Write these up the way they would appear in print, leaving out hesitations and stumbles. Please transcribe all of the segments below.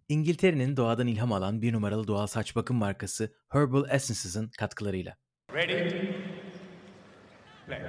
İngiltere'nin doğadan ilham alan bir numaralı doğal saç bakım markası Herbal Essences'ın katkılarıyla. Ready? Play.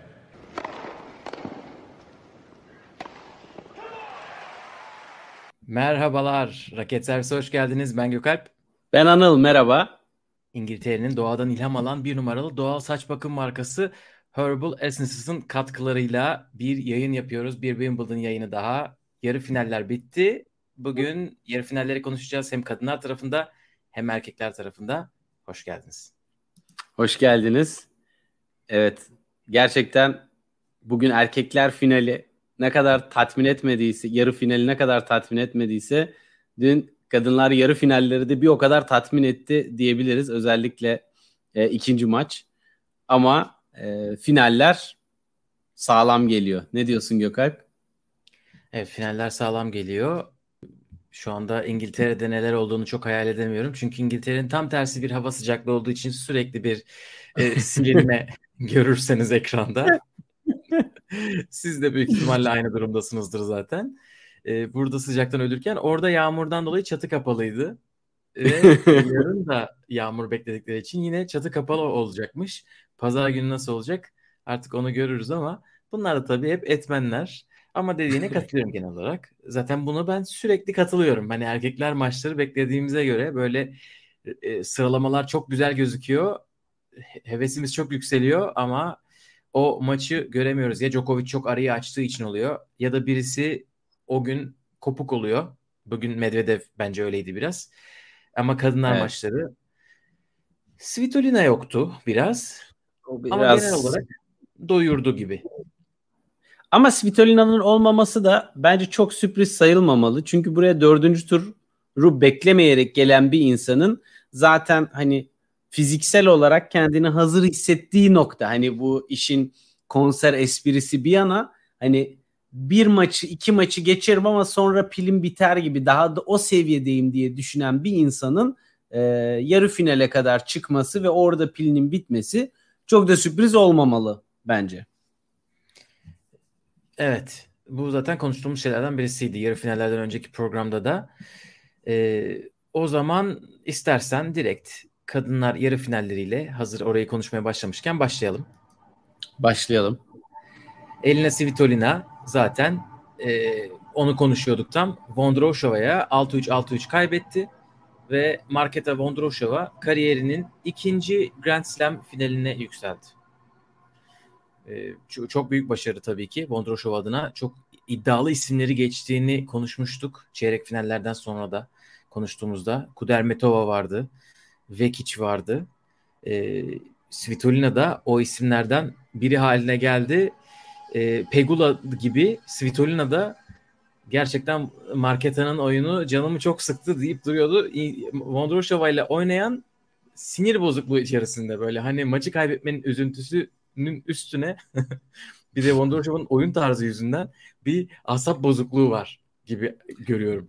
Merhabalar, Raket Servise hoş geldiniz. Ben Gökalp. Ben Anıl, merhaba. İngiltere'nin doğadan ilham alan bir numaralı doğal saç bakım markası Herbal Essences'ın katkılarıyla bir yayın yapıyoruz. Bir Wimbledon yayını daha. Yarı finaller bitti. Bugün yarı finalleri konuşacağız. Hem kadınlar tarafında hem erkekler tarafında. Hoş geldiniz. Hoş geldiniz. Evet, gerçekten bugün erkekler finali ne kadar tatmin etmediyse, yarı finali ne kadar tatmin etmediyse, dün kadınlar yarı finalleri de bir o kadar tatmin etti diyebiliriz. Özellikle ikinci maç. Ama finaller sağlam geliyor. Ne diyorsun Gökalp? Evet, finaller sağlam geliyor. Şu anda İngiltere'de neler olduğunu çok hayal edemiyorum. Çünkü İngiltere'nin tam tersi bir hava sıcaklığı olduğu için sürekli bir silinme görürseniz ekranda. Siz de büyük ihtimalle aynı durumdasınızdır zaten. Burada sıcaktan ölürken orada yağmurdan dolayı çatı kapalıydı. Ve yarın da yağmur bekledikleri için yine çatı kapalı olacakmış. Pazar günü nasıl olacak? Artık onu görürüz ama bunlar da tabii hep etmenler. Ama dediğine katılıyorum genel olarak. Zaten buna ben sürekli katılıyorum. Hani erkekler maçları beklediğimize göre böyle sıralamalar çok güzel gözüküyor. Hevesimiz çok yükseliyor ama o maçı göremiyoruz. Ya Djokovic çok arayı açtığı için oluyor ya da birisi o gün kopuk oluyor. Bugün Medvedev bence öyleydi biraz. Ama kadınlar Evet. maçları Svitolina yoktu biraz. O Ama genel biraz. olarak doyurdu gibi. Ama Svitolina'nın olmaması da bence çok sürpriz sayılmamalı. Çünkü buraya dördüncü turu beklemeyerek gelen bir insanın zaten hani fiziksel olarak kendini hazır hissettiği nokta. Hani bu işin konser esprisi bir yana, hani bir maçı iki maçı geçerim ama sonra pilim biter gibi, daha da o seviyedeyim diye düşünen bir insanın yarı finale kadar çıkması ve orada pilinin bitmesi çok da sürpriz olmamalı bence. Evet. Bu zaten konuştuğumuz şeylerden birisiydi. Yarı finallerden önceki programda da. O zaman istersen direkt kadınlar yarı finalleriyle hazır orayı konuşmaya başlamışken başlayalım. Başlayalım. Elina Svitolina zaten onu konuşuyorduk tam. Vondrousova'ya 6-3 6-3 kaybetti ve Marketa Vondrousova kariyerinin ikinci Grand Slam finaline yükseldi. Çok büyük başarı tabii ki Vondrousova adına. Çok iddialı isimleri geçtiğini konuşmuştuk. Çeyrek finallerden sonra da konuştuğumuzda. Kudermetova vardı. Vekic vardı. Svitolina da o isimlerden biri haline geldi. Pegula gibi Svitolina da gerçekten Marketa'nın oyunu canımı çok sıktı deyip duruyordu. Vondrousova ile oynayan sinir bozukluğu içerisinde böyle hani maçı kaybetmenin üzüntüsünün üstüne bir de Vondrousova'nın oyun tarzı yüzünden bir asap bozukluğu var gibi görüyorum.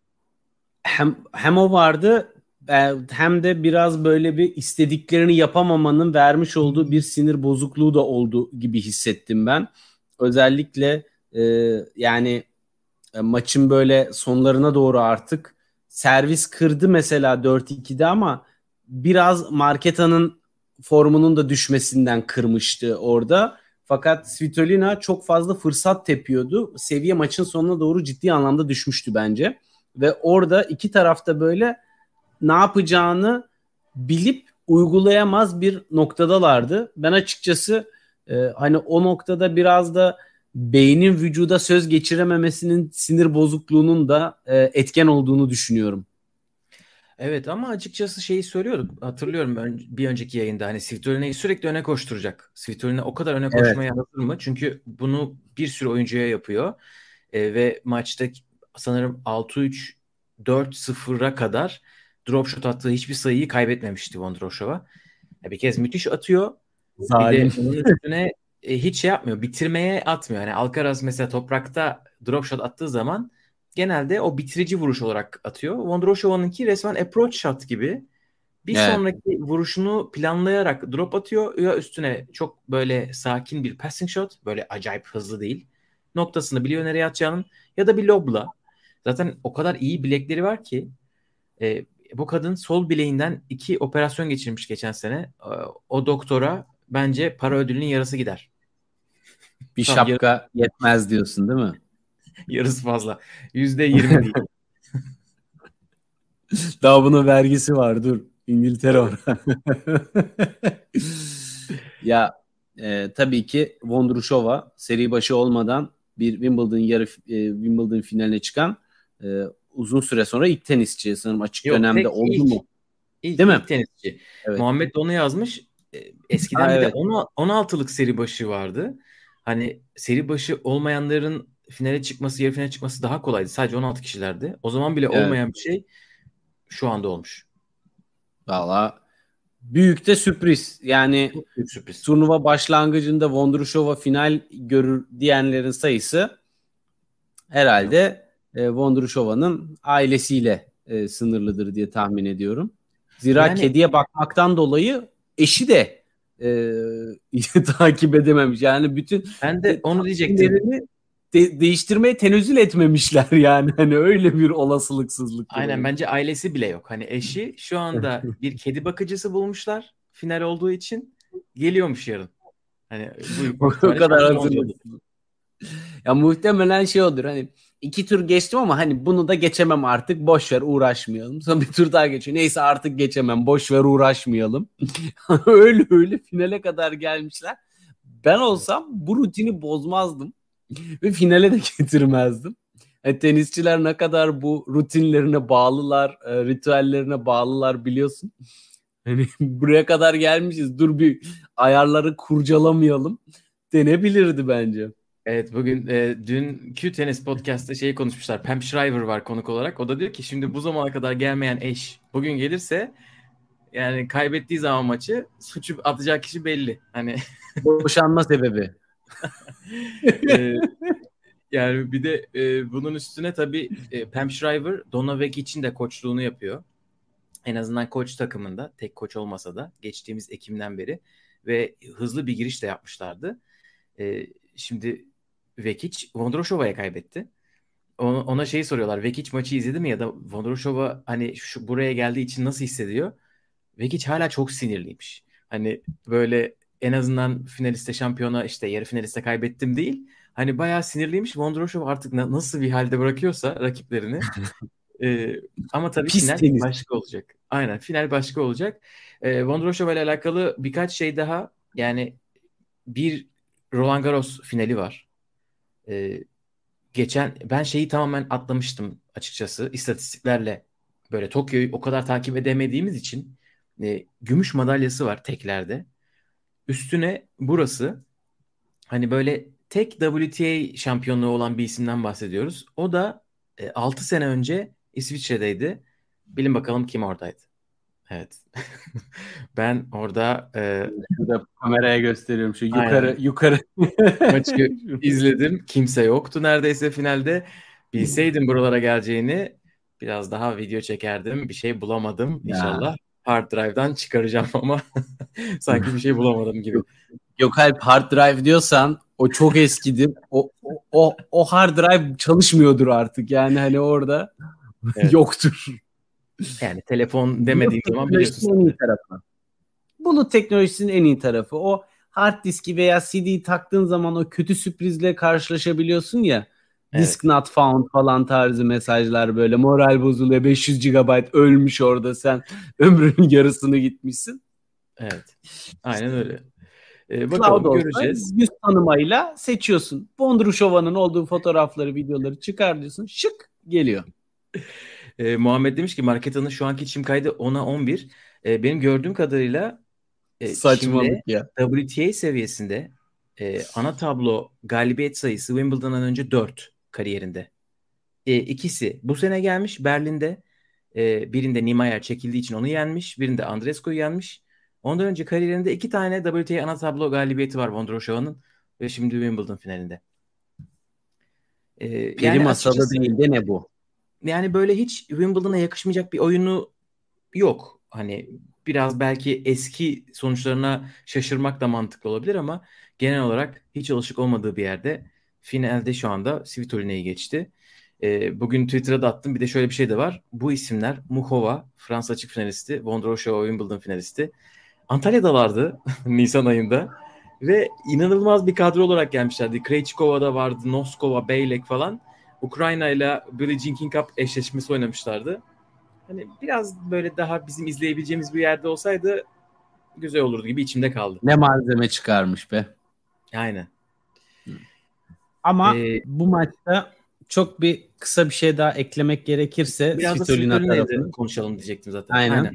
Hem o vardı, hem de biraz böyle bir istediklerini yapamamanın vermiş olduğu bir sinir bozukluğu da oldu gibi hissettim ben. Özellikle yani maçın böyle sonlarına doğru artık servis kırdı mesela 4-2'de, ama biraz Marketa'nın formunun da düşmesinden kırmıştı orada. Fakat Svitolina çok fazla fırsat tepiyordu. Seviye maçın sonuna doğru ciddi anlamda düşmüştü bence. Ve orada iki tarafta böyle ne yapacağını bilip uygulayamaz bir noktadalardı. Ben açıkçası hani o noktada biraz da beynin vücuda söz geçirememesinin sinir bozukluğunun da etken olduğunu düşünüyorum. Evet ama açıkçası şeyi söylüyorduk. Hatırlıyorum bir önceki yayında hani Svitolina'yı sürekli öne koşturacak. Svitolina o kadar öne koşmaya hazır mı? Çünkü bunu bir sürü oyuncuya yapıyor. Ve maçta sanırım 6-3 4-0'a kadar drop shot attığı hiçbir sayıyı kaybetmemişti Vondrousova. Bir kez müthiş atıyor. Bir de Zalim. onun üstüne hiç şey yapmıyor. Bitirmeye atmıyor. Yani Alcaraz mesela toprakta drop shot attığı zaman genelde o bitirici vuruş olarak atıyor. Vondrousova'nınki resmen approach shot gibi. Bir Evet. sonraki vuruşunu planlayarak drop atıyor. Ya üstüne çok böyle sakin bir passing shot. Böyle acayip hızlı değil. Noktasını biliyor nereye atacağını. Ya da bir lobla. Zaten o kadar iyi bilekleri var ki bu kadın sol bileğinden 2 operasyon geçirmiş geçen sene. O doktora bence para ödülünün yarısı gider. Bir Tam şapka yetmez diyorsun değil mi? yarısı fazla. %20 değil. Daha bunun vergisi var, dur. İngiltere var. Ya tabii ki Vondrushova seri başı olmadan bir Wimbledon finaline çıkan uzun süre sonra ilk tenisçi, sanırım açık Yok, dönemde oldu mu? Değil mi? ilk tenisçi. Evet. Muhammed de onu yazmış. Eskiden Ha, bir de evet. 16'lık seri başı vardı. Hani seri başı olmayanların finale çıkması, yarı finale çıkması daha kolaydı. Sadece 16 kişilerdi. O zaman bile Evet. olmayan bir şey şu anda olmuş. Valla büyük de sürpriz. Yani Çok büyük sürpriz. turnuva başlangıcında Vondrushova final görür diyenlerin sayısı herhalde Vondrushova'nın ailesiyle sınırlıdır diye tahmin ediyorum. Zira Yani kediye bakmaktan dolayı eşi de takip edememiş. Yani bütün ben de onu diyecektim. takvimlerini değiştirmeye tenezzül etmemişler yani. Hani öyle bir olasılıksızlıktır Aynen, o. bence ailesi bile yok. Hani eşi şu anda bir kedi bakıcısı bulmuşlar final olduğu için, geliyormuş yarın. Hani büyük bir O ihtimalle kadar şampiyon olacak. hazırlıksız. Ya muhtemelen şey olur, hani 2 tur geçtim ama hani bunu da geçemem artık, boş ver uğraşmayalım. Sonra bir tur daha geçiyor. Neyse artık geçemem, boş ver uğraşmayalım. Öyle finale kadar gelmişler. Ben olsam bu rutini bozmazdım ve finale de getirmezdim. Yani tenisçiler ne kadar bu rutinlerine bağlılar, ritüellerine bağlılar biliyorsun. Hani buraya kadar gelmişiz, dur bir ayarları kurcalamayalım denebilirdi bence. Evet, bugün dünkü tenis podcast'ta şeyi konuşmuşlar. Pam Shriver var konuk olarak. O da diyor ki şimdi bu zamana kadar gelmeyen eş bugün gelirse, yani kaybettiği zaman maçı, suçu atacak kişi belli. Hani Boşanma sebebi. e, yani bir de bunun üstüne tabii Pam Shriver Donovek için de koçluğunu yapıyor. En azından koç takımında, tek koç olmasa da geçtiğimiz Ekim'den beri, ve hızlı bir giriş de yapmışlardı. Şimdi Vekic Vondroushova'ya kaybetti. Ona şeyi soruyorlar. Vekic maçı izledi mi, ya da Vondrousova hani şu buraya geldiği için nasıl hissediyor? Vekic hala çok sinirliymiş. Hani böyle en azından finaliste, şampiyona, işte yarı finaliste kaybettim değil. Hani bayağı sinirliymiş. Vondrousova artık nasıl bir halde bırakıyorsa rakiplerini. Ama tabii Pis final tenis. başka olacak. Aynen, final başka olacak. Vondrousova ile alakalı birkaç şey daha. Yani bir Roland Garros finali var. Ee, Geçen ben şeyi tamamen atlamıştım açıkçası. İstatistiklerle böyle Tokyo'yu o kadar takip edemediğimiz için gümüş madalyası var teklerde. Üstüne burası, hani böyle tek WTA şampiyonluğu olan bir isimden bahsediyoruz. O da 6 sene önce İsviçre'deydi. Bilin bakalım kim oradaydı. Evet. Ben orada Şurada kameraya gösteriyorum, şu yukarı aynen yukarı. maçı izledim. Kimse yoktu neredeyse finalde. Bilseydim buralara geleceğini biraz daha video çekerdim. Bir şey bulamadım. Ya. İnşallah hard drive'dan çıkaracağım ama sanki bir şey bulamadım gibi. Yok, yok Alp, hard drive diyorsan o çok eskidir. O hard drive çalışmıyordur artık. Yani hani orada Evet. yoktur. Yani telefon demediğim Bulut zaman biliyorsun teknolojisinin en sen iyi de. tarafı. Bulut teknolojisinin en iyi tarafı. O hard diski veya CD'yi taktığın zaman o kötü sürprizle karşılaşabiliyorsun ya. Disk Evet. not found falan tarzı mesajlar, böyle moral bozuluyor. 500 GB ölmüş orada, sen ömrünün yarısını gitmişsin. Evet. Aynen öyle. Cloud Bakalım, olsa göreceğiz. yüz tanımayla seçiyorsun. Bondrushova'nın olduğu fotoğrafları, videoları çıkar diyorsun. Şık geliyor. Muhammed demiş ki Marketa'nın şu anki çim kaydı 10'a 11. Benim gördüğüm kadarıyla Saçmalık çimde ya. WTA seviyesinde ana tablo galibiyet sayısı Wimbledon'dan önce 4 kariyerinde. İkisi bu sene gelmiş Berlin'de. Birinde Niemeyer çekildiği için onu yenmiş. Birinde Andreescu'yu yenmiş. Ondan önce kariyerinde 2 tane WTA ana tablo galibiyeti var Vondroushova'nın, ve şimdi Wimbledon finalinde. Peri Yani masalı açıkçası, değil de ne bu? yani böyle hiç Wimbledon'a yakışmayacak bir oyunu yok. Hani biraz belki eski sonuçlarına şaşırmak da mantıklı olabilir ama genel olarak hiç alışık olmadığı bir yerde finalde şu anda Svitoline'yi geçti. Bugün Twitter'a da attım. Bir de şöyle bir şey de var. Bu isimler Muchova, Fransa açık finalisti, Vondrousova Wimbledon finalisti. Antalya'dalardı Nisan ayında. Ve inanılmaz bir kadro olarak gelmişlerdi. Krejcikova da vardı, Noskova, Beylek falan. Ukrayna ile Billie Jean King Cup eşleşmesi oynamışlardı. Hani biraz böyle daha bizim izleyebileceğimiz bir yerde olsaydı güzel olurdu gibi içimde kaldı. Ne malzeme çıkarmış be. Aynen. Ama bu maçta çok kısa bir şey daha eklemek gerekirse biraz Svitolina da tarafını konuşalım diyecektim zaten. Aynen.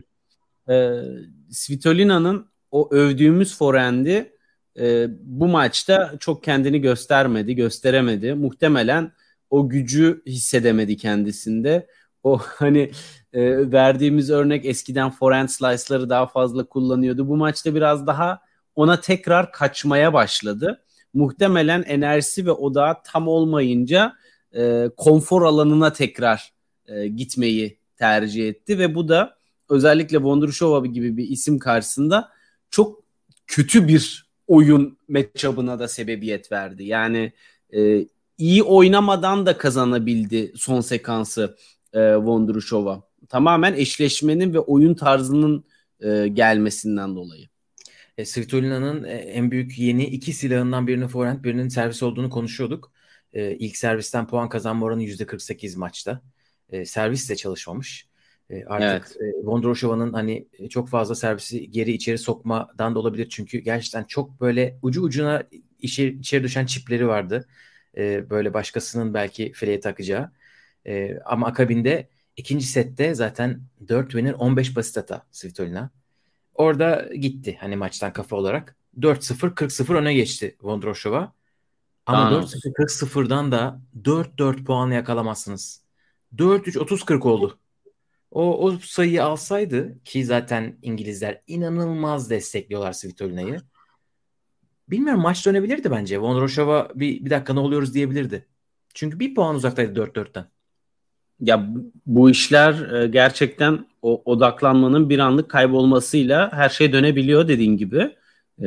Svitolina'nın o övdüğümüz forehand'i bu maçta çok kendini gösteremedi. Muhtemelen o gücü hissedemedi kendisinde. O hani verdiğimiz örnek eskiden forehand slice'ları daha fazla kullanıyordu. Bu maçta biraz daha ona tekrar kaçmaya başladı. Muhtemelen enerjisi ve odağı tam olmayınca konfor alanına tekrar gitmeyi tercih etti ve bu da özellikle Vondrousova gibi bir isim karşısında çok kötü bir oyun matchup'ına da sebebiyet verdi. Yani iyi oynamadan da kazanabildi son sekansı Vondrousova. Tamamen eşleşmenin ve oyun tarzının gelmesinden dolayı. Svitolina'nın en büyük yeni iki silahından birinin forehand, birinin servis olduğunu konuşuyorduk. İlk servisten puan kazanma oranı %48 maçta. Servisle çalışmamış. Artık Vondrousova'nın hani çok fazla servisi geri içeri sokmadan da olabilir. Çünkü gerçekten çok böyle ucu ucuna içeri düşen çipleri vardı. Böyle başkasının belki fileye takacağı. Ama akabinde ikinci sette zaten 4 winner 15 basit hata Svitolina. Orada gitti hani maçtan kafa olarak. 4-0 40-0 öne geçti Vondrousova. Ama 4-0 40-0'dan da 4-4 puanı yakalamazsınız. 4-3 30-40 oldu. O sayıyı alsaydı ki zaten İngilizler inanılmaz destekliyorlar Svitolina'yı. Bilmiyorum maç dönebilirdi bence. Vondrousova bir dakika ne oluyoruz diyebilirdi. Çünkü bir puan uzaktaydı 4-4'ten. Ya bu işler gerçekten o odaklanmanın bir anlık kaybolmasıyla her şey dönebiliyor dediğin gibi.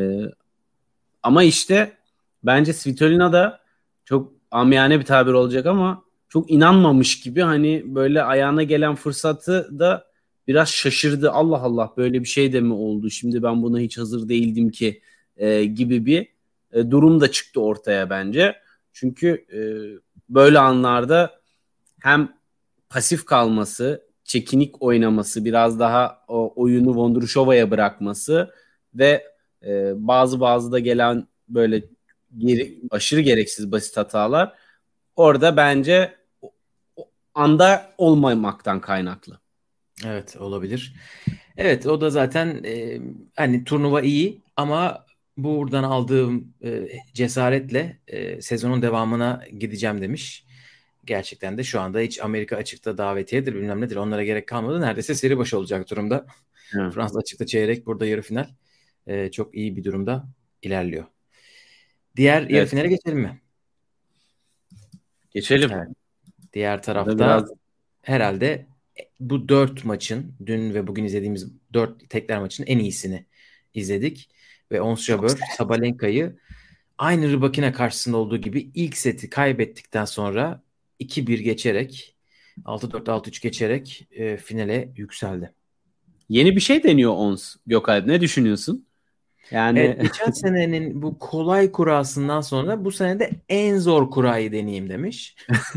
Ama işte bence Svitolina da çok amiyane bir tabir olacak ama çok inanmamış gibi hani böyle ayağına gelen fırsatı da biraz şaşırdı. Allah Allah böyle bir şey de mi oldu? Şimdi ben buna hiç hazır değildim ki gibi bir durum da çıktı ortaya bence. Çünkü böyle anlarda hem pasif kalması, çekinik oynaması, biraz daha o oyunu Vondrousova'ya bırakması ve bazı da gelen böyle aşırı gereksiz basit hatalar orada bence o anda olmamaktan kaynaklı. Evet olabilir. Evet o da zaten hani turnuva iyi ama buradan aldığım cesaretle sezonun devamına gideceğim demiş. Gerçekten de şu anda hiç Amerika açıkta davetiyedir bilmem nedir onlara gerek kalmadı. Neredeyse seri başı olacak durumda. Evet. Fransa açıkta çeyrek burada yarı final. Çok iyi bir durumda ilerliyor. Diğer yarı finale geçelim mi? Geçelim. Evet. Diğer tarafta biraz... herhalde bu 4 maçın dün ve bugün izlediğimiz 4 tekler maçın en iyisini izledik. Ve Ons Jabeur Sabalenka'yı aynı Rybakina karşısında olduğu gibi ilk seti kaybettikten sonra 2-1 geçerek 6-4 6-3 geçerek finale yükseldi. Yeni bir şey deniyor Ons Gökalp. Ne düşünüyorsun? Yani evet, geçen senenin bu kolay kurasından sonra bu sene de en zor kurayı deneyeyim demiş.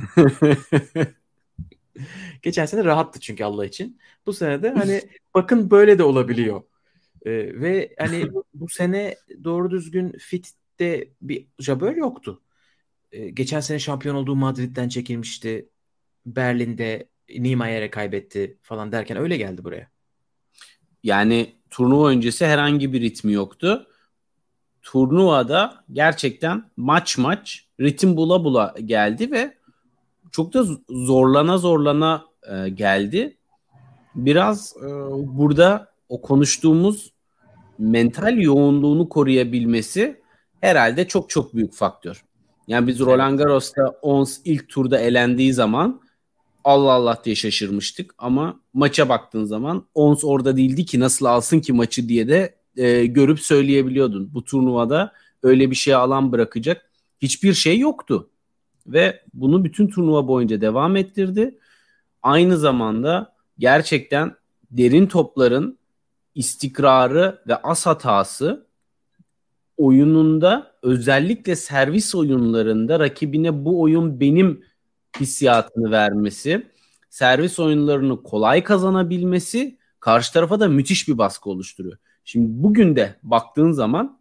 Geçen sene rahattı çünkü Allah için. Bu sene de hani bakın böyle de olabiliyor. Ve hani bu sene doğru düzgün fitte bir Jabeur yoktu. Geçen sene şampiyon olduğu Madrid'den çekilmişti. Berlin'de Niemeyer'e kaybetti falan derken öyle geldi buraya. Yani turnuva öncesi herhangi bir ritmi yoktu. Turnuvada gerçekten maç ritim bula geldi ve çok da zorlana geldi. Biraz burada o konuştuğumuz mental yoğunluğunu koruyabilmesi herhalde çok büyük faktör. Yani biz Roland Garros'ta Ons ilk turda elendiği zaman Allah Allah diye şaşırmıştık ama maça baktığın zaman Ons orada değildi ki nasıl alsın ki maçı diye de görüp söyleyebiliyordun. Bu turnuvada öyle bir şeye alan bırakacak hiçbir şey yoktu. ve bunu bütün turnuva boyunca devam ettirdi. Aynı zamanda gerçekten derin topların istikrarı ve as hatası oyununda, özellikle servis oyunlarında rakibine bu oyun benim hissiyatını vermesi, servis oyunlarını kolay kazanabilmesi karşı tarafa da müthiş bir baskı oluşturuyor. Şimdi bugün de baktığın zaman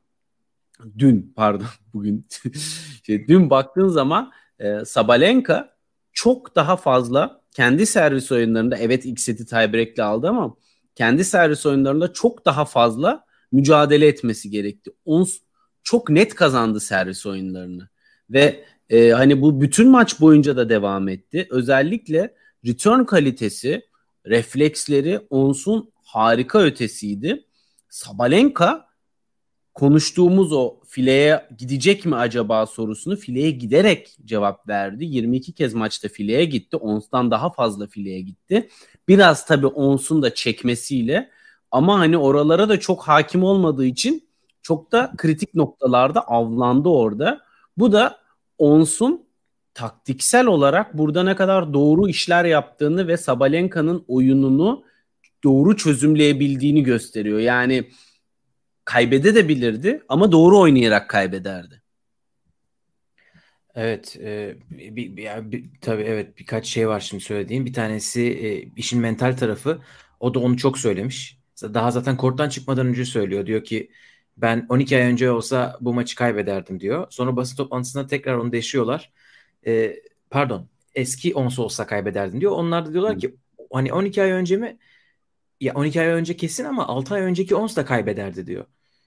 bugün dün baktığın zaman Sabalenka çok daha fazla kendi servis oyunlarında, evet ilk seti tiebreak'le aldı ama kendi servis oyunlarında çok daha fazla mücadele etmesi gerekti. Ons çok net kazandı servis oyunlarını ve hani bu bütün maç boyunca da devam etti. Özellikle return kalitesi, refleksleri Ons'un harika ötesiydi. Sabalenka konuştuğumuz o fileye gidecek mi acaba sorusunu fileye giderek cevap verdi. 22 kez maçta fileye gitti. Ons'tan daha fazla fileye gitti. Biraz tabii Ons'un da çekmesiyle, ama hani oralara da çok hakim olmadığı için çok da kritik noktalarda avlandı orada. Bu da Ons'un taktiksel olarak burada ne kadar doğru işler yaptığını ve Sabalenka'nın oyununu doğru çözümleyebildiğini gösteriyor. Yani kaybedebilirdi ama doğru oynayarak kaybederdi. Evet, tabii evet, birkaç şey var şimdi söylediğim. Bir tanesi işin mental tarafı. O da onu çok söylemiş. Daha zaten korttan çıkmadan önce söylüyor. Diyor ki ben 12 ay önce olsa bu maçı kaybederdim diyor. Sonra basın toplantısında tekrar onu deşiyorlar. Pardon, eski Ons olsa kaybederdin diyor. Onlar da diyorlar ki hani 12 ay önce mi? Ya 12 ay önce kesin ama 6 ay önceki Ons da kaybederdi diyor.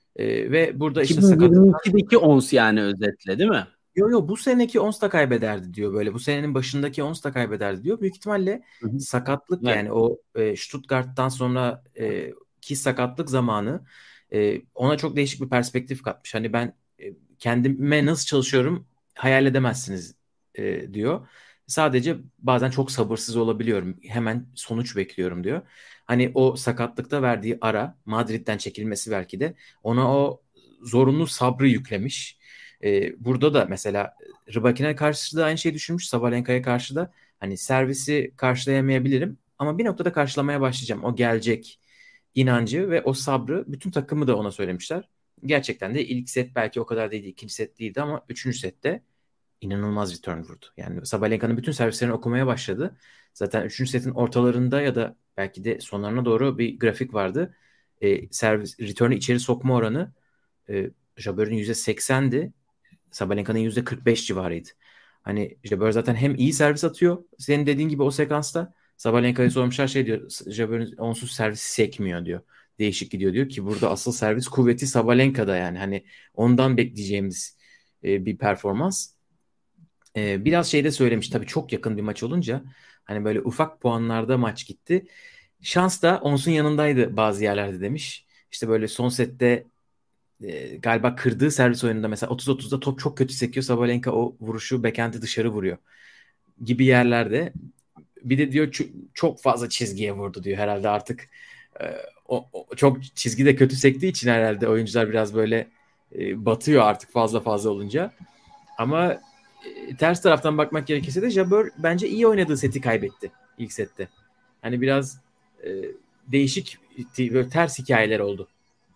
Ve burada işte sakatlık. 2022'deki Ons yani, özetle değil mi? Yo, bu seneki Ons da kaybederdi diyor böyle. Bu senenin başındaki Ons da kaybederdi diyor. Büyük ihtimalle Hı-hı. sakatlık, Evet. yani o Stuttgart'tan sonra ki sakatlık zamanı ona çok değişik bir perspektif katmış. Hani ben kendime nasıl çalışıyorum hayal edemezsiniz diyor. Sadece bazen çok sabırsız olabiliyorum. Hemen sonuç bekliyorum diyor. Hani o sakatlıkta verdiği ara, Madrid'den çekilmesi belki de ona o zorunlu sabrı yüklemiş. Burada da mesela Rybakina karşı da aynı şeyi düşünmüş. Sabalenka'ya karşı da hani servisi karşılayamayabilirim ama bir noktada karşılamaya başlayacağım. O gelecek inancı ve o sabrı bütün takımı da ona söylemişler. Gerçekten de ilk set belki o kadar değildi. İkinci set değildi ama üçüncü sette inanılmaz return vurdu. Yani Sabalenka'nın bütün servislerini okumaya başladı. Zaten üçüncü setin ortalarında ya da belki de sonlarına doğru bir grafik vardı. Servis return'ı içeri sokma oranı Jabber'in %80'di. Sabalenka'nın %45 civarıydı. Hani Jabber zaten hem iyi servis atıyor. Senin dediğin gibi o sekansta Sabalenka'ya sormuşlar, şey diyor. Jabber'in onsuz servisi sekmiyor diyor. Değişik gidiyor diyor ki burada asıl servis kuvveti Sabalenka'da, yani hani ondan bekleyeceğimiz bir performans. Biraz şeyde söylemiş tabii, çok yakın bir maç olunca hani böyle ufak puanlarda maç gitti. Şans da Ons'un yanındaydı bazı yerlerde demiş. İşte böyle son sette galiba kırdığı servis oyununda mesela 30-30'da top çok kötü sekiyor. Sabalenka o vuruşu backhand'i dışarı vuruyor gibi yerlerde. Bir de diyor çok fazla çizgiye vurdu diyor herhalde artık. Çok çizgide kötü sektiği için herhalde oyuncular biraz böyle batıyor artık fazla fazla olunca. Ama ters taraftan bakmak gerekirse de Jabber bence iyi oynadığı seti kaybetti ilk sette. Hani biraz değişik, böyle ters hikayeler oldu.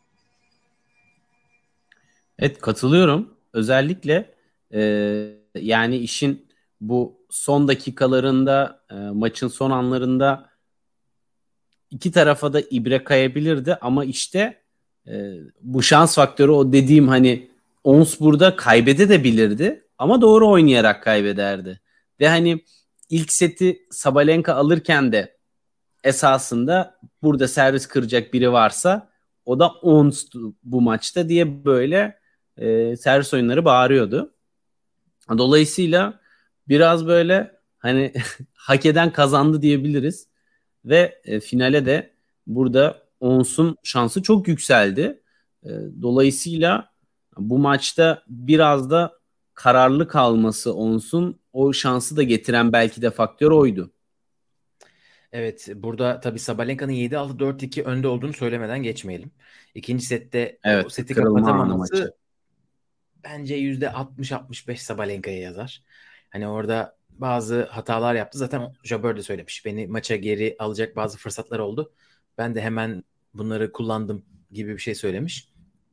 Evet, katılıyorum. Özellikle yani işin bu son dakikalarında, maçın son anlarında iki tarafa da ibre kayabilirdi ama işte bu şans faktörü, o dediğim hani Ons burada kaybedebilirdi ama doğru oynayarak kaybederdi. Ve hani ilk seti Sabalenka alırken de esasında burada servis kıracak biri varsa o da Ons'tu bu maçta diye böyle servis oyunları bağırıyordu. Dolayısıyla biraz böyle hani hak eden kazandı diyebiliriz. Ve finale de burada Ons'un şansı çok yükseldi. Dolayısıyla bu maçta biraz da kararlı kalması Ons'un o şansı da getiren belki de faktör oydu. Evet, burada tabii Sabalenka'nın 7-6-4-2 önde olduğunu söylemeden geçmeyelim. İkinci sette o Evet, seti kırılma anı kapatamaması maçı. bence %60-65 Sabalenka'ya yazar. Hani orada bazı hatalar yaptı. Zaten Jabeur de söylemiş. Beni maça geri alacak bazı fırsatlar oldu. Ben de hemen bunları kullandım gibi bir şey söylemiş.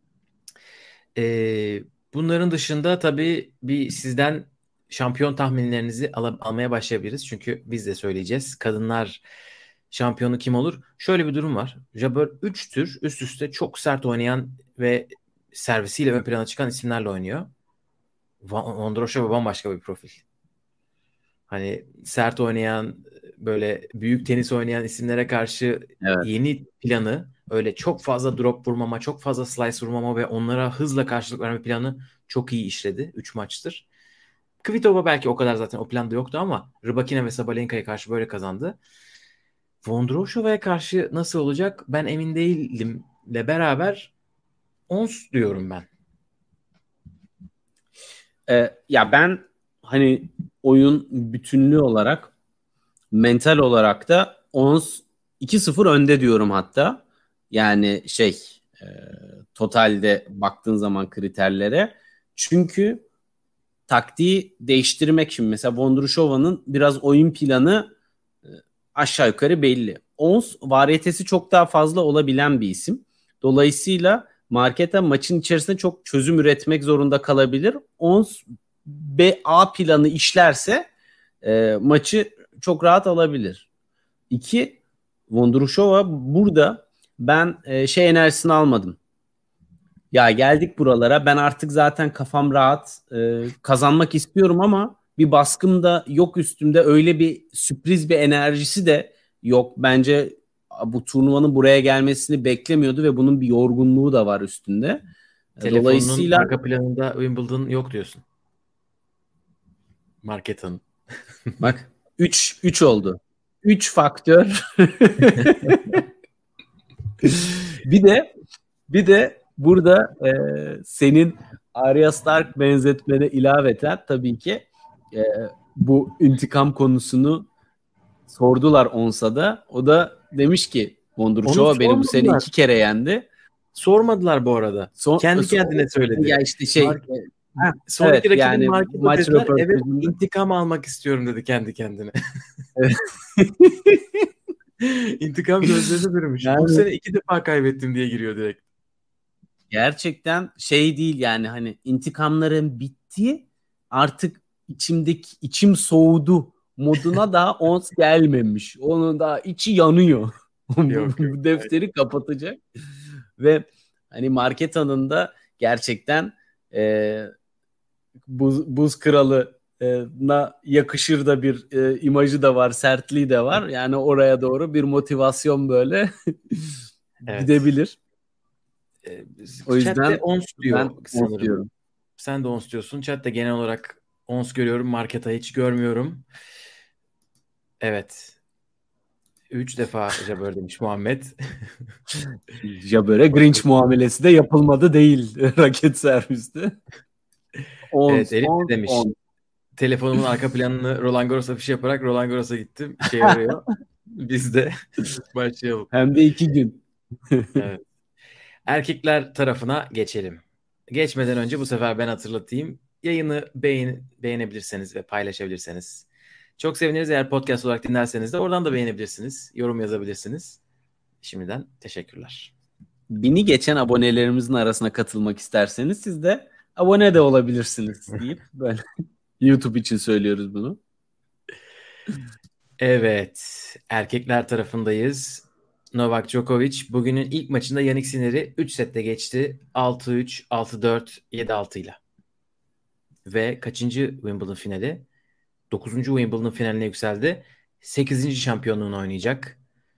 Ee, Bunların dışında tabii bir sizden şampiyon tahminlerinizi almaya başlayabiliriz. Çünkü biz de söyleyeceğiz. Kadınlar şampiyonu kim olur? Şöyle bir durum var. Jabeur 3 tür üst üste çok sert oynayan ve servisiyle ön plana çıkan isimlerle oynuyor. Vondrousova bambaşka bir profil. Hani sert oynayan, böyle büyük tenis oynayan isimlere karşı Evet. yeni planı, öyle çok fazla drop vurmama, çok fazla slice vurmama ve onlara hızla karşılık verme planı çok iyi işledi 3 maçtır. Kvitova belki o kadar zaten o planda yoktu ama Rybakina ve Sabalenka'ya karşı böyle kazandı. Vondrousova'ya karşı nasıl olacak ben emin değilimle beraber ons diyorum ben. Ya ben hani oyun bütünlüğü olarak, mental olarak da Ons 2-0 önde diyorum hatta. Yani e, totalde baktığın zaman kriterlere. Çünkü taktiği değiştirmek, şimdi mesela Vondrushova'nın biraz oyun planı aşağı yukarı belli. Ons varyetesi çok daha fazla olabilen bir isim. Dolayısıyla Marketa maçın içerisinde çok çözüm üretmek zorunda kalabilir. Ons A planı işlerse maçı çok rahat alabilir. İki, Vondrushova burada ben enerjisini almadım. Ya geldik buralara, ben artık zaten kafam rahat, kazanmak istiyorum ama bir baskım da yok üstümde, öyle bir sürpriz bir enerjisi de yok. Bence bu turnuvanın buraya gelmesini beklemiyordu ve bunun bir yorgunluğu da var üstünde. Telefonunun Dolayısıyla arka planında Wimbledon yok diyorsun. Marketa'nın. bak 3 oldu. 3 faktör. Bir de burada senin Arya Stark benzetmene ilaveten tabii ki e, bu intikam konusunu sordular Onsa'da. O da demiş ki Onu Vondrushova beni bu sene sormadılar. 2 kere yendi. Sormadılar bu arada. Kendi kendine söyledi. Ya işte Sonraki evet, rakibin yani Marketa maç dediler. Evet, röportajında intikam almak istiyorum dedi kendi kendine. evet. İntikam gözlerine bürümüş. Bu Yani sene 2 defa kaybettim diye giriyor direkt. gerçekten değil, yani hani intikamların bitti, artık içim soğudu moduna daha Ons gelmemiş. Onun daha içi yanıyor. Yok yok. Bu defteri kapatacak ve hani Marketa'nın da gerçekten e, buz kralı na yakışır da bir imajı da var, sertliği de var. Yani oraya doğru bir motivasyon böyle Evet. gidebilir. Ee, O Chat'te yüzden ons ben diyor Ons sanırım. diyorum. Sen de ons diyorsun. Chat'te genel olarak ons görüyorum. Marketa hiç görmüyorum. Evet. 3 defa Jabeur demiş Muhammed. Jabber'e Grinch muamelesi de yapılmadı değil raket serviste. Evet, Ons, Elif de ons, demiş. ons. Telefonumun arka planını Roland Garros afişi yaparak Roland Garros'a gittim. İşe yarıyor. Biz de başlayalım. Hem de 2 gün. Evet. Erkekler tarafına geçelim. Geçmeden önce bu sefer ben hatırlatayım. Yayını beğenebilirseniz ve paylaşabilirseniz çok seviniriz. Eğer podcast olarak dinlerseniz de oradan da beğenebilirsiniz. Yorum yazabilirsiniz. Şimdiden teşekkürler. 1000'i geçen abonelerimizin arasına katılmak isterseniz siz de abone de olabilirsiniz deyip böyle YouTube için söylüyoruz bunu. Evet, erkekler tarafındayız. Novak Djokovic bugünün ilk maçında Yannick Sinner'i 3 sette geçti. 6-3, 6-4, 7-6 ile. Ve kaçıncı Wimbledon finali? 9. Wimbledon finaline yükseldi. 8. şampiyonluğunu oynayacak.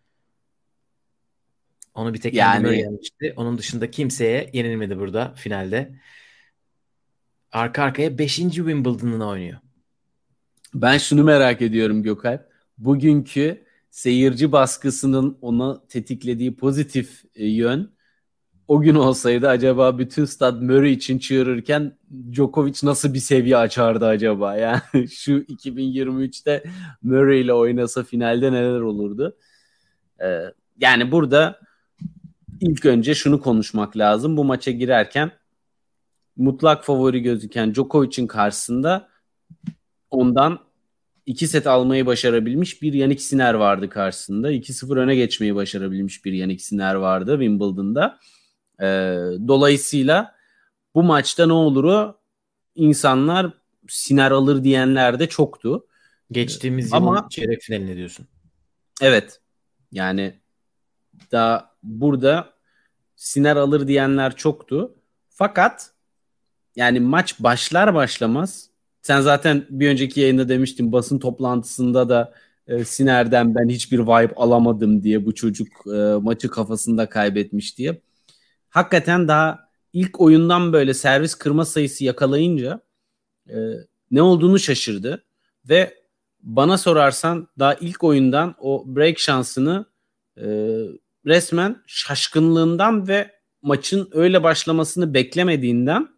Onu bir tek Andy Murray Yani yenmişti. Onun dışında kimseye yenilmedi burada finalde. Arka arkaya 5. Wimbledon'ını oynuyor. ben şunu merak ediyorum Gökalp. Bugünkü seyirci baskısının ona tetiklediği pozitif yön, o gün olsaydı acaba bütün stad Murray için çığırırken Djokovic nasıl bir seviye açardı acaba? Yani şu 2023'te Murray ile oynasa finalde neler olurdu? Ee, Yani burada ilk önce şunu konuşmak lazım. Bu maça girerken mutlak favori gözüken Djokovic'in karşısında Ondan 2 set almayı başarabilmiş bir Jannik Sinner vardı karşısında. 2-0 öne geçmeyi başarabilmiş bir Jannik Sinner vardı Wimbledon'da. Dolayısıyla bu maçta ne oluru insanlar Sinner alır diyenler de çoktu. Geçtiğimiz Ama yılın çeyrek finaline diyorsun. evet, yani daha burada Sinner alır diyenler çoktu. Fakat yani maç başlar başlamaz, sen zaten bir önceki yayında demiştin, basın toplantısında da Sinner'den ben hiçbir vibe alamadım diye, bu çocuk maçı kafasında kaybetmiş diye. Hakikaten daha ilk oyundan böyle servis kırma sayısı yakalayınca ne olduğunu şaşırdı ve bana sorarsan daha ilk oyundan o break şansını resmen şaşkınlığından ve maçın öyle başlamasını beklemediğinden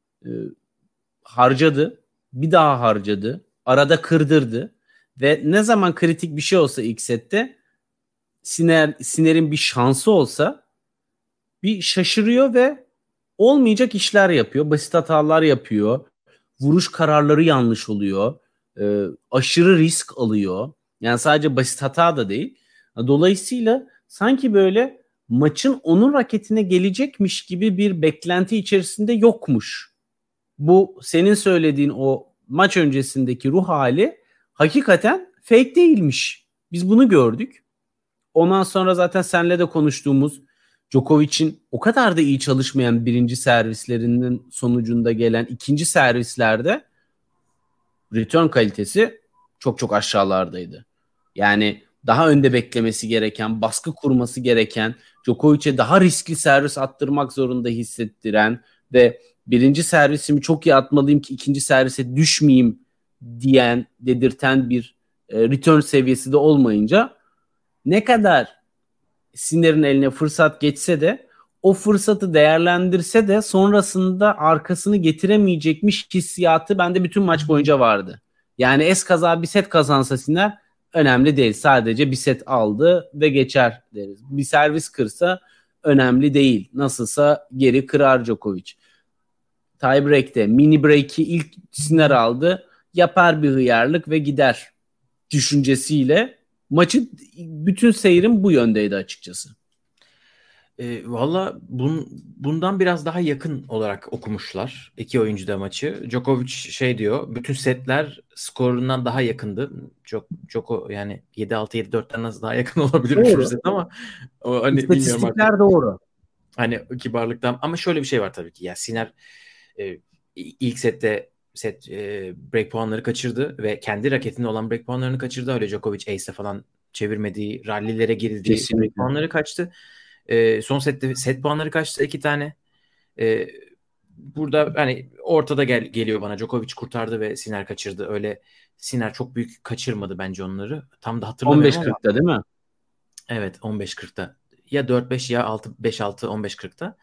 harcadı. Bir daha harcadı. Arada kırdırdı. Ve ne zaman kritik bir şey olsa ilk sette, Sinner'in bir şansı olsa bir şaşırıyor ve olmayacak işler yapıyor. Basit hatalar yapıyor. Vuruş kararları yanlış oluyor. Aşırı risk alıyor. Yani sadece basit hata da değil. Dolayısıyla sanki böyle maçın onun raketine gelecekmiş gibi bir beklenti içerisinde yokmuş. Bu senin söylediğin o maç öncesindeki ruh hali hakikaten fake değilmiş. Biz bunu gördük. Ondan sonra zaten seninle de konuştuğumuz Djokovic'in o kadar da iyi çalışmayan birinci servislerinin sonucunda gelen ikinci servislerde return kalitesi çok çok aşağılardaydı. Yani daha önde beklemesi gereken, baskı kurması gereken, Djokovic'e daha riskli servis attırmak zorunda hissettiren ve birinci servisimi çok iyi atmalıyım ki ikinci servise düşmeyeyim dedirten bir return seviyesi de olmayınca, ne kadar Sinner'in eline fırsat geçse de o fırsatı değerlendirse de sonrasında arkasını getiremeyecekmiş hissiyatı bende bütün maç boyunca vardı. Yani eskaza bir set kazansa Sinner önemli değil. Sadece bir set aldı ve geçer deriz. Bir servis kırsa önemli değil. Nasılsa geri kırar Djokovic. Tiebreak'te mini break'i ilk Sinner aldı. Yapar bir hıyarlık ve gider düşüncesiyle maçı, bütün seyrim bu yöndeydi açıkçası. Valla bundan biraz daha yakın olarak okumuşlar iki oyuncu da maçı. Djokovic şey diyor, bütün setler skorundan daha yakındı. Çok yani 7-6 7-4'ten nasıl daha yakın olabilir üçüncü set, ama o hani bilmiyorum artık. İstatistikler doğru. Hani kibarlıktan, ama şöyle bir şey var tabii ki. Ya Sinner ilk sette break puanları kaçırdı ve kendi raketinde olan break puanlarını kaçırdı. Öyle Djokovic ace'e falan çevirmediği, rallilere girdiği break puanları kaçtı. Son sette set puanları kaçtı 2 tane. Burada hani ortada geliyor bana. Djokovic kurtardı ve Sinner kaçırdı. Öyle Sinner çok büyük kaçırmadı bence onları. Tam da hatırlamıyorum 15-40'ta değil mi? Evet, 15-40'ta. Ya 4-5 ya 5-6 15-40'ta.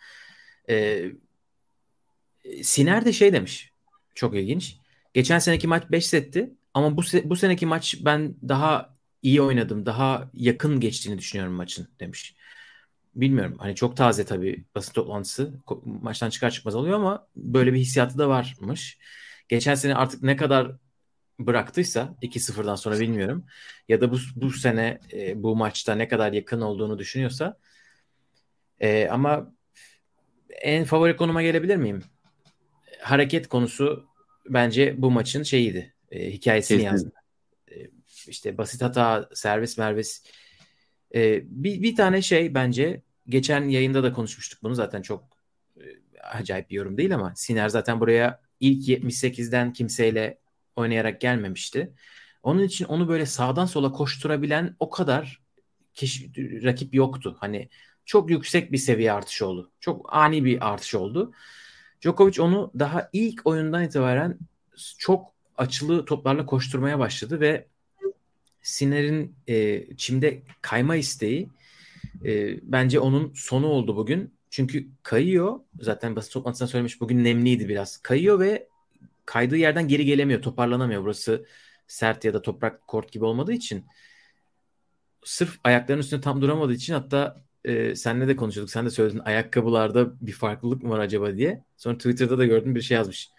Sinner de şey demiş. Çok ilginç. Geçen seneki maç 5 setti ama bu seneki maç ben daha iyi oynadım. Daha yakın geçtiğini düşünüyorum maçın demiş. Bilmiyorum. Hani çok taze tabii basın toplantısı. Maçtan çıkar çıkmaz oluyor ama böyle bir hissiyatı da varmış. Geçen sene artık ne kadar bıraktıysa 2-0'dan sonra bilmiyorum. Ya da bu sene bu maçta ne kadar yakın olduğunu düşünüyorsa. Ama en favori konuma gelebilir miyim? Hareket konusu bence bu maçın şeyiydi. Hikayesini Kesin. yazdı. İşte basit hata, servis mervis. Bir tane şey bence, geçen yayında da konuşmuştuk bunu, zaten çok acayip bir yorum değil ama Sinner zaten buraya ilk 78'den kimseyle oynayarak gelmemişti. Onun için onu böyle sağdan sola koşturabilen o kadar rakip yoktu. Hani çok yüksek bir seviye artışı oldu. Çok ani bir artış oldu. Djokovic onu daha ilk oyundan itibaren çok açılı toplarla koşturmaya başladı ve Sinner'in çimde kayma isteği bence onun sonu oldu bugün. Çünkü kayıyor. Zaten basın toplantısında söylemiş, bugün nemliydi biraz. Kayıyor ve kaydığı yerden geri gelemiyor. Toparlanamıyor. Burası sert ya da toprak kort gibi olmadığı için. Sırf ayaklarının üstünde tam duramadığı için, hatta seninle de konuşuyorduk. Sen de söyledin, ayakkabılarda bir farklılık mı var acaba diye. Sonra Twitter'da da gördüm, bir şey yazmış.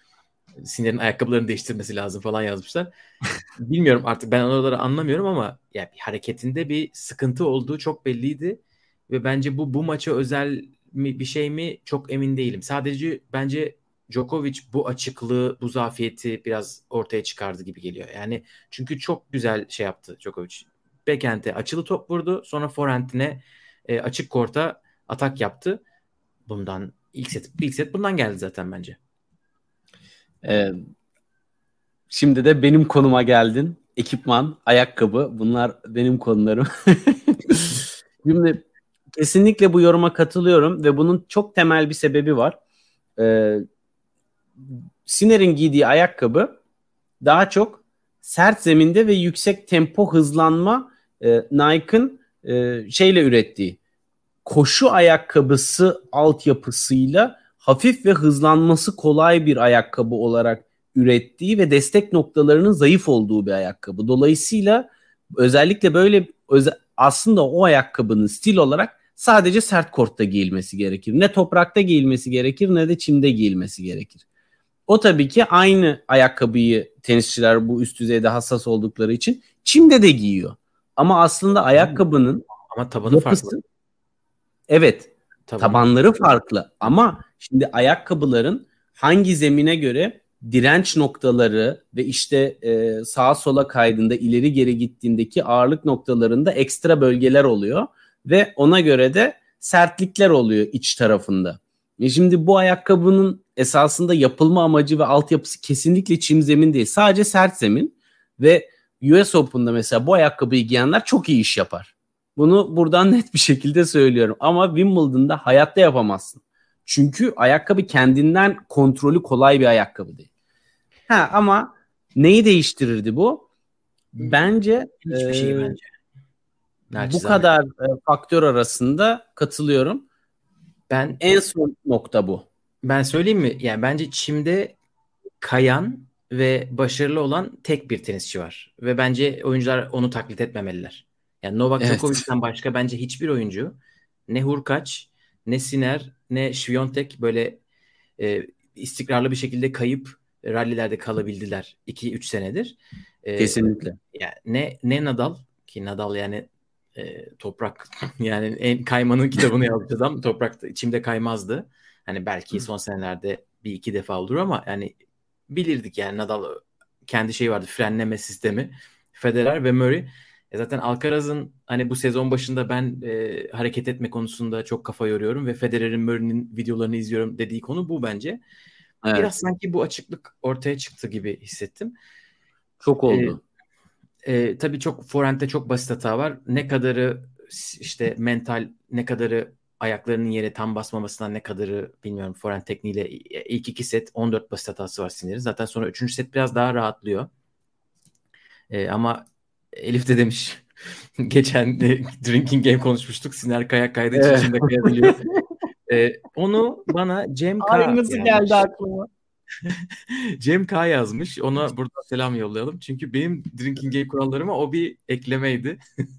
Sinir'in ayakkabılarını değiştirmesi lazım falan yazmışlar. Bilmiyorum artık, ben oraları anlamıyorum ama ya bir hareketinde bir sıkıntı olduğu çok belliydi ve bence bu maça özel mi bir şey mi çok emin değilim. Sadece bence Djokovic bu açıklığı, bu zafiyeti biraz ortaya çıkardı gibi geliyor. Yani çünkü çok güzel şey yaptı Djokovic. Backhand'e açılı top vurdu, sonra forehand'ine açık korta atak yaptı. Bundan ilk set bundan geldi zaten bence. Ee, Şimdi de benim konuma geldin. Ekipman, ayakkabı, bunlar benim konularım. Şimdi kesinlikle bu yoruma katılıyorum ve bunun çok temel bir sebebi var. Ee, Sinner'in giydiği ayakkabı daha çok sert zeminde ve yüksek tempo hızlanma, Nike'ın şeyle ürettiği koşu ayakkabısı altyapısıyla hafif ve hızlanması kolay bir ayakkabı olarak ürettiği ve destek noktalarının zayıf olduğu bir ayakkabı. Dolayısıyla özellikle böyle aslında o ayakkabının stil olarak sadece sert kortta giyilmesi gerekir. Ne toprakta giyilmesi gerekir ne de çimde giyilmesi gerekir. O tabii ki aynı ayakkabıyı tenisçiler bu üst düzeyde hassas oldukları için çimde de giyiyor. Ama aslında ayakkabının ama tabanı yapısı, farklı. evet, Tabanı tabanları farklı ama şimdi ayakkabıların hangi zemine göre direnç noktaları ve işte sağa sola kaydığında ileri geri gittiğindeki ağırlık noktalarında ekstra bölgeler oluyor ve ona göre de sertlikler oluyor iç tarafında. Şimdi bu ayakkabının esasında yapılma amacı ve altyapısı kesinlikle çim zemin değil. Sadece sert zemin ve US Open'da mesela bu ayakkabıyı giyenler çok iyi iş yapar. Bunu buradan net bir şekilde söylüyorum. Ama Wimbledon'da hayatta yapamazsın. Çünkü ayakkabı kendinden kontrolü kolay bir ayakkabı değil. Ama neyi değiştirirdi bu? Bence hiçbir şey bence. bu kadar faktör arasında katılıyorum. En son nokta bu. Ben söyleyeyim mi? Yani bence çimde kayan ve başarılı olan tek bir tenisçi var. Ve bence oyuncular onu taklit etmemeliler. Yani Novak Djokovic'ten başka bence hiçbir oyuncu, ne Hurkacz, ne Sinner, ne Swiatek böyle istikrarlı bir şekilde kayıp rallilerde kalabildiler 2-3 senedir. Kesinlikle. Yani ne Nadal, ki Nadal yani toprak yani en kaymanın kitabını yazdı adam, toprakta içimde kaymazdı. Hani belki son senelerde bir iki defa olur ama yani bilirdik yani Nadal kendi şeyi vardı, frenleme sistemi. Federer ve Murray. Zaten Alcaraz'ın hani bu sezon başında ben hareket etme konusunda çok kafa yoruyorum ve Federer'in, Murray'nin videolarını izliyorum dediği konu bu bence. Evet. Biraz sanki bu açıklık ortaya çıktı gibi hissettim. Çok oldu. Tabii çok forehand'de çok basit hata var. Ne kadarı işte mental, ne kadarı ayaklarının yere tam basmamasından, ne kadarı bilmiyorum forehand tekniğiyle. İlk 2 set 14 basit hatası var Sinir'in. Zaten sonra 3. set biraz daha rahatlıyor. Ama Elif de demiş geçen Drinking Game konuşmuştuk. Sinir kayak kaydığı için içinde kayabiliyor. Onu bana Cem K. Aynısı geldi aklıma. Cem K yazmış. Ona burada selam yollayalım. Çünkü benim Drinking Game kurallarıma o bir eklemeydi.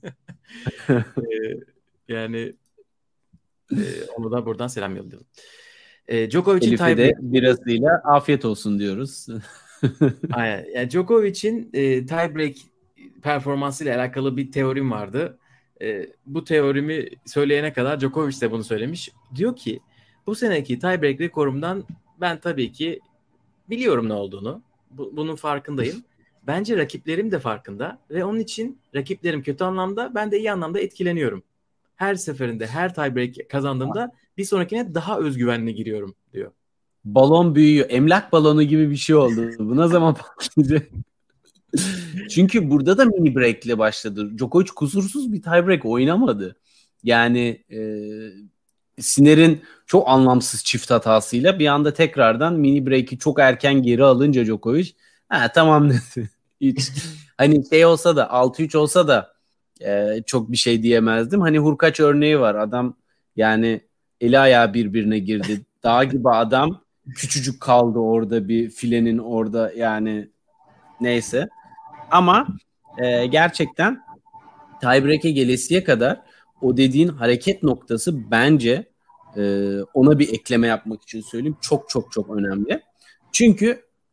Yani onu da buradan selam yollayalım. Djokovic'in Elif'e de birasıyla afiyet olsun diyoruz. Aynen. Yani Djokovic'in tiebreak performansıyla alakalı bir teorim vardı. Bu teorimi söyleyene kadar Djokovic de bunu söylemiş. Diyor ki bu seneki tiebreak rekorumdan ben tabii ki biliyorum ne olduğunu. Bunun farkındayım. Bence rakiplerim de farkında ve onun için rakiplerim kötü anlamda, ben de iyi anlamda etkileniyorum. Her seferinde, her tiebreak kazandığımda bir sonrakine daha özgüvenli giriyorum diyor. Balon büyüyor. Emlak balonu gibi bir şey oldu. Bu ne zaman patlayacak? Çünkü burada da mini break'le başladı. Djokovic kusursuz bir tiebreak oynamadı. Yani Sinner'in çok anlamsız çift hatasıyla bir anda tekrardan mini break'i çok erken geri alınca Djokovic tamam dedi. Hiç hani şey olsa da 6-3 olsa da çok bir şey diyemezdim. Hani Hurkacz örneği var. Adam yani eli ayağı birbirine girdi. Dağ gibi adam küçücük kaldı orada, bir filenin orada, yani neyse. Ama gerçekten tiebreak'e gelesiye kadar o dediğin hareket noktası bence ona bir ekleme yapmak için söyleyeyim, çok çok çok önemli. Çünkü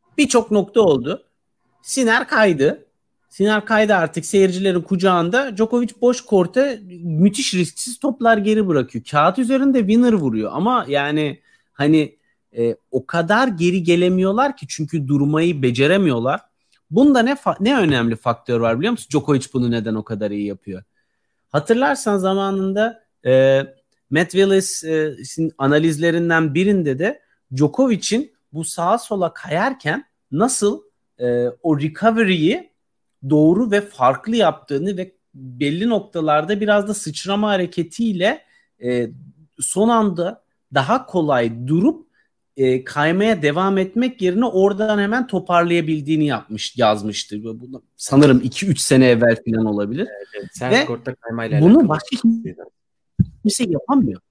Birçok nokta oldu. Sinner kaydı. Sinner kaydı artık seyircilerin kucağında. Djokovic boş korta müthiş risksiz toplar geri bırakıyor. Kağıt üzerinde winner vuruyor ama yani hani o kadar geri gelemiyorlar ki çünkü durmayı beceremiyorlar. Bunda ne önemli faktör var biliyor musun? Djokovic bunu neden o kadar iyi yapıyor? Hatırlarsan zamanında Matt Willis'in analizlerinden birinde de Djokovic'in bu sağa sola kayarken nasıl o recovery'yi doğru ve farklı yaptığını ve belli noktalarda biraz da sıçrama hareketiyle son anda daha kolay durup kaymaya devam etmek yerine oradan hemen toparlayabildiğini yazmıştı. Sanırım 2-3 sene evvel falan olabilir. Evet, sert kortta kaymayla bunu başka kimse yapamıyor.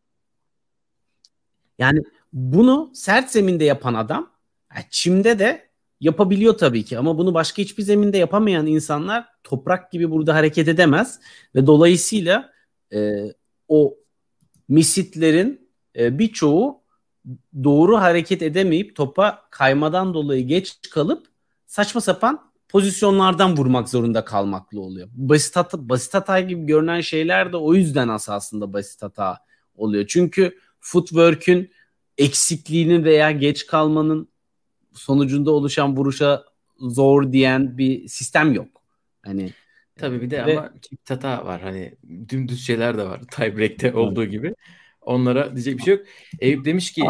Yani bunu sert zeminde yapan adam çimde de yapabiliyor tabii ki ama bunu başka hiçbir zeminde yapamayan insanlar toprak gibi burada hareket edemez ve dolayısıyla o misitlerin birçoğu doğru hareket edemeyip topa kaymadan dolayı geç kalıp saçma sapan pozisyonlardan vurmak zorunda kalmakla oluyor. Basit hata gibi görünen şeyler de o yüzden aslında basit hata oluyor. Çünkü footwork'ün eksikliğinin veya geç kalmanın sonucunda oluşan vuruşa zor diyen bir sistem yok. Hani tabii bir de ama çift hata var. Hani dümdüz şeyler de var. Tiebreak'te olduğu gibi. Onlara diyecek bir şey yok. Eyüp demiş ki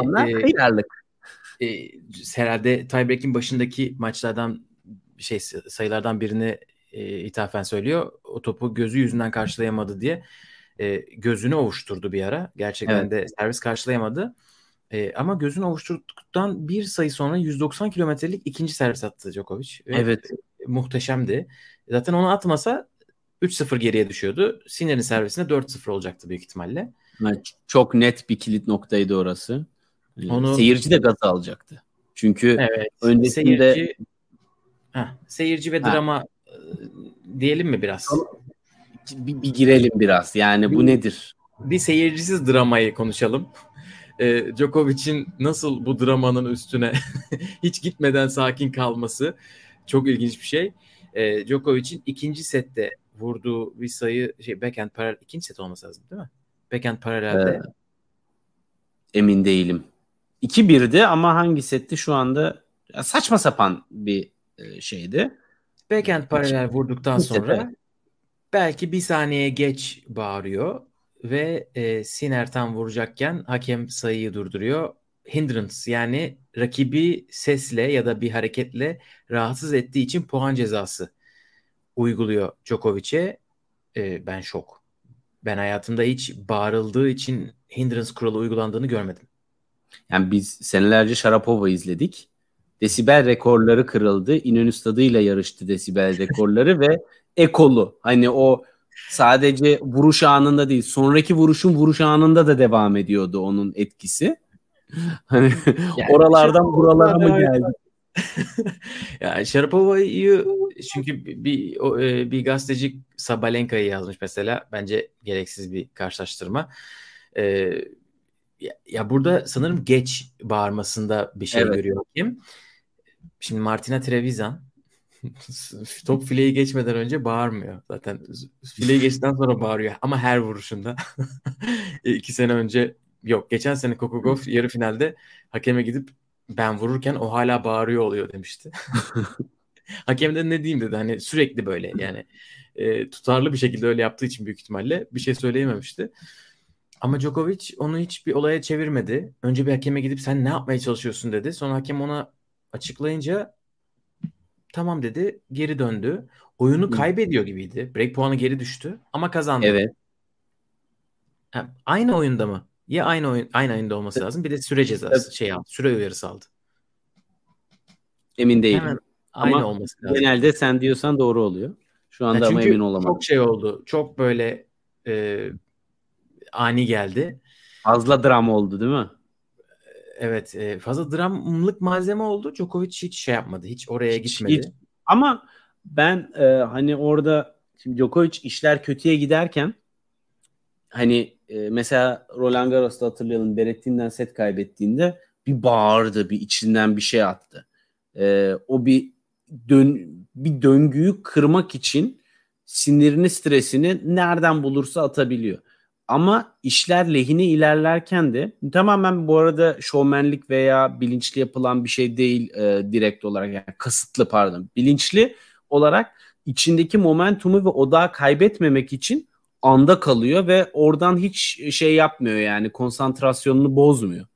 herhalde tiebreak'in başındaki maçlardan sayılardan birine ithafen söylüyor. O topu gözü yüzünden karşılayamadı diye. Gözünü ovuşturdu bir ara. Gerçekten de servis karşılayamadı. Ama gözünü ovuşturduktan bir sayı sonra 190 kilometrelik ikinci servis attı Djokovic. Ve muhteşemdi. Zaten onu atmasa 3-0 geriye düşüyordu. Sinner'in servisinde 4-0 olacaktı büyük ihtimalle. Çok net bir kilit noktaydı orası. Seyirci de gazı alacaktı. Çünkü öncesinde seyirci ve drama diyelim mi biraz? Bir girelim biraz. Yani bu nedir? Bir seyircisiz dramayı konuşalım. Djokovic'in nasıl bu dramanın üstüne hiç gitmeden sakin kalması çok ilginç bir şey. Djokovic'in ikinci sette vurduğu bir sayı backhand paralel ikinci set olması lazım değil mi? Backhand paralelde. Emin değilim. 2-1'di ama hangi setti şu anda saçma sapan bir şeydi. Backhand paralel vurduktan sonra belki bir saniye geç bağırıyor ve Sinner tam vuracakken hakem sayıyı durduruyor. Hindrance yani rakibi sesle ya da bir hareketle rahatsız ettiği için puan cezası uyguluyor Djokovic'e. Ben şok. Ben hayatımda hiç bağırıldığı için hindrance kuralı uygulandığını görmedim. Yani biz senelerce Sharapova izledik. Desibel rekorları kırıldı. İnönü Stadı'yla yarıştı desibel rekorları ve ekolu. Hani o sadece vuruş anında değil, sonraki vuruş anında da devam ediyordu onun etkisi. Hani yani oralardan buralara mı geldi? Ya Sharapova'yı çünkü bir gazeteci Sabalenka'yı yazmış mesela. Bence gereksiz bir karşılaştırma. Ya burada sanırım geç bağırmasında bir şey görüyor kim? Şimdi Martina Trevisan top fileyi geçmeden önce bağırmıyor. Zaten fileyi geçtikten sonra bağırıyor. Ama her vuruşunda. 2 sene önce yok. Geçen sene Coco Gauff yarı finalde hakeme gidip ben vururken o hala bağırıyor oluyor demişti. Hakem de ne diyeyim dedi. Hani sürekli böyle yani tutarlı bir şekilde öyle yaptığı için büyük ihtimalle bir şey söyleyememişti. Ama Djokovic onu hiç bir olaya çevirmedi. Önce bir hakeme gidip sen ne yapmaya çalışıyorsun dedi. Sonra hakem ona açıklayınca tamam dedi, geri döndü. Oyunu kaybediyor gibiydi. Break puanı geri düştü ama kazandı. Evet. Aynı oyunda mı? Ya aynı oyunda olması lazım. Bir de süre cezası süre uyarısı aldı. Emin değilim. Hemen aynı olması lazım. Genelde sen diyorsan doğru oluyor. Şu anda ama emin olamadım. Çok şey oldu. Çok böyle ani geldi. Fazla dram oldu değil mi? Evet. Fazla dramlık malzeme oldu. Djokovic hiç şey yapmadı. Hiç oraya gitmedi. Ama ben hani orada şimdi Djokovic işler kötüye giderken hani mesela Roland Garros'ta hatırlayalım Berretti'nden set kaybettiğinde bir bağırdı, bir içinden bir şey attı. O bir döngüyü kırmak için sinirini, stresini nereden bulursa atabiliyor. Ama işler lehine ilerlerken de tamamen bu arada şovmenlik veya bilinçli yapılan bir şey değil, direkt olarak, yani kasıtlı, pardon, bilinçli olarak içindeki momentumu ve odağı kaybetmemek için anda kalıyor ve oradan hiç şey yapmıyor, yani konsantrasyonunu bozmuyor.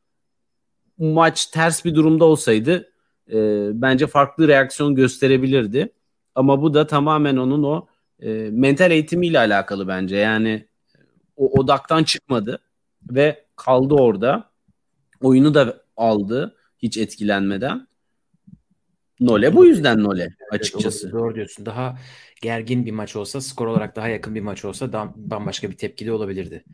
Maç ters bir durumda olsaydı bence farklı reaksiyon gösterebilirdi. Ama bu da tamamen onun o mental eğitimiyle alakalı bence. Yani o odaktan çıkmadı ve kaldı orada. Oyunu da aldı hiç etkilenmeden. Nole bu yüzden Nole açıkçası. Evet, doğru diyorsun. Daha gergin bir maç olsa, skor olarak daha yakın bir maç olsa bambaşka bir tepkili olabilirdi.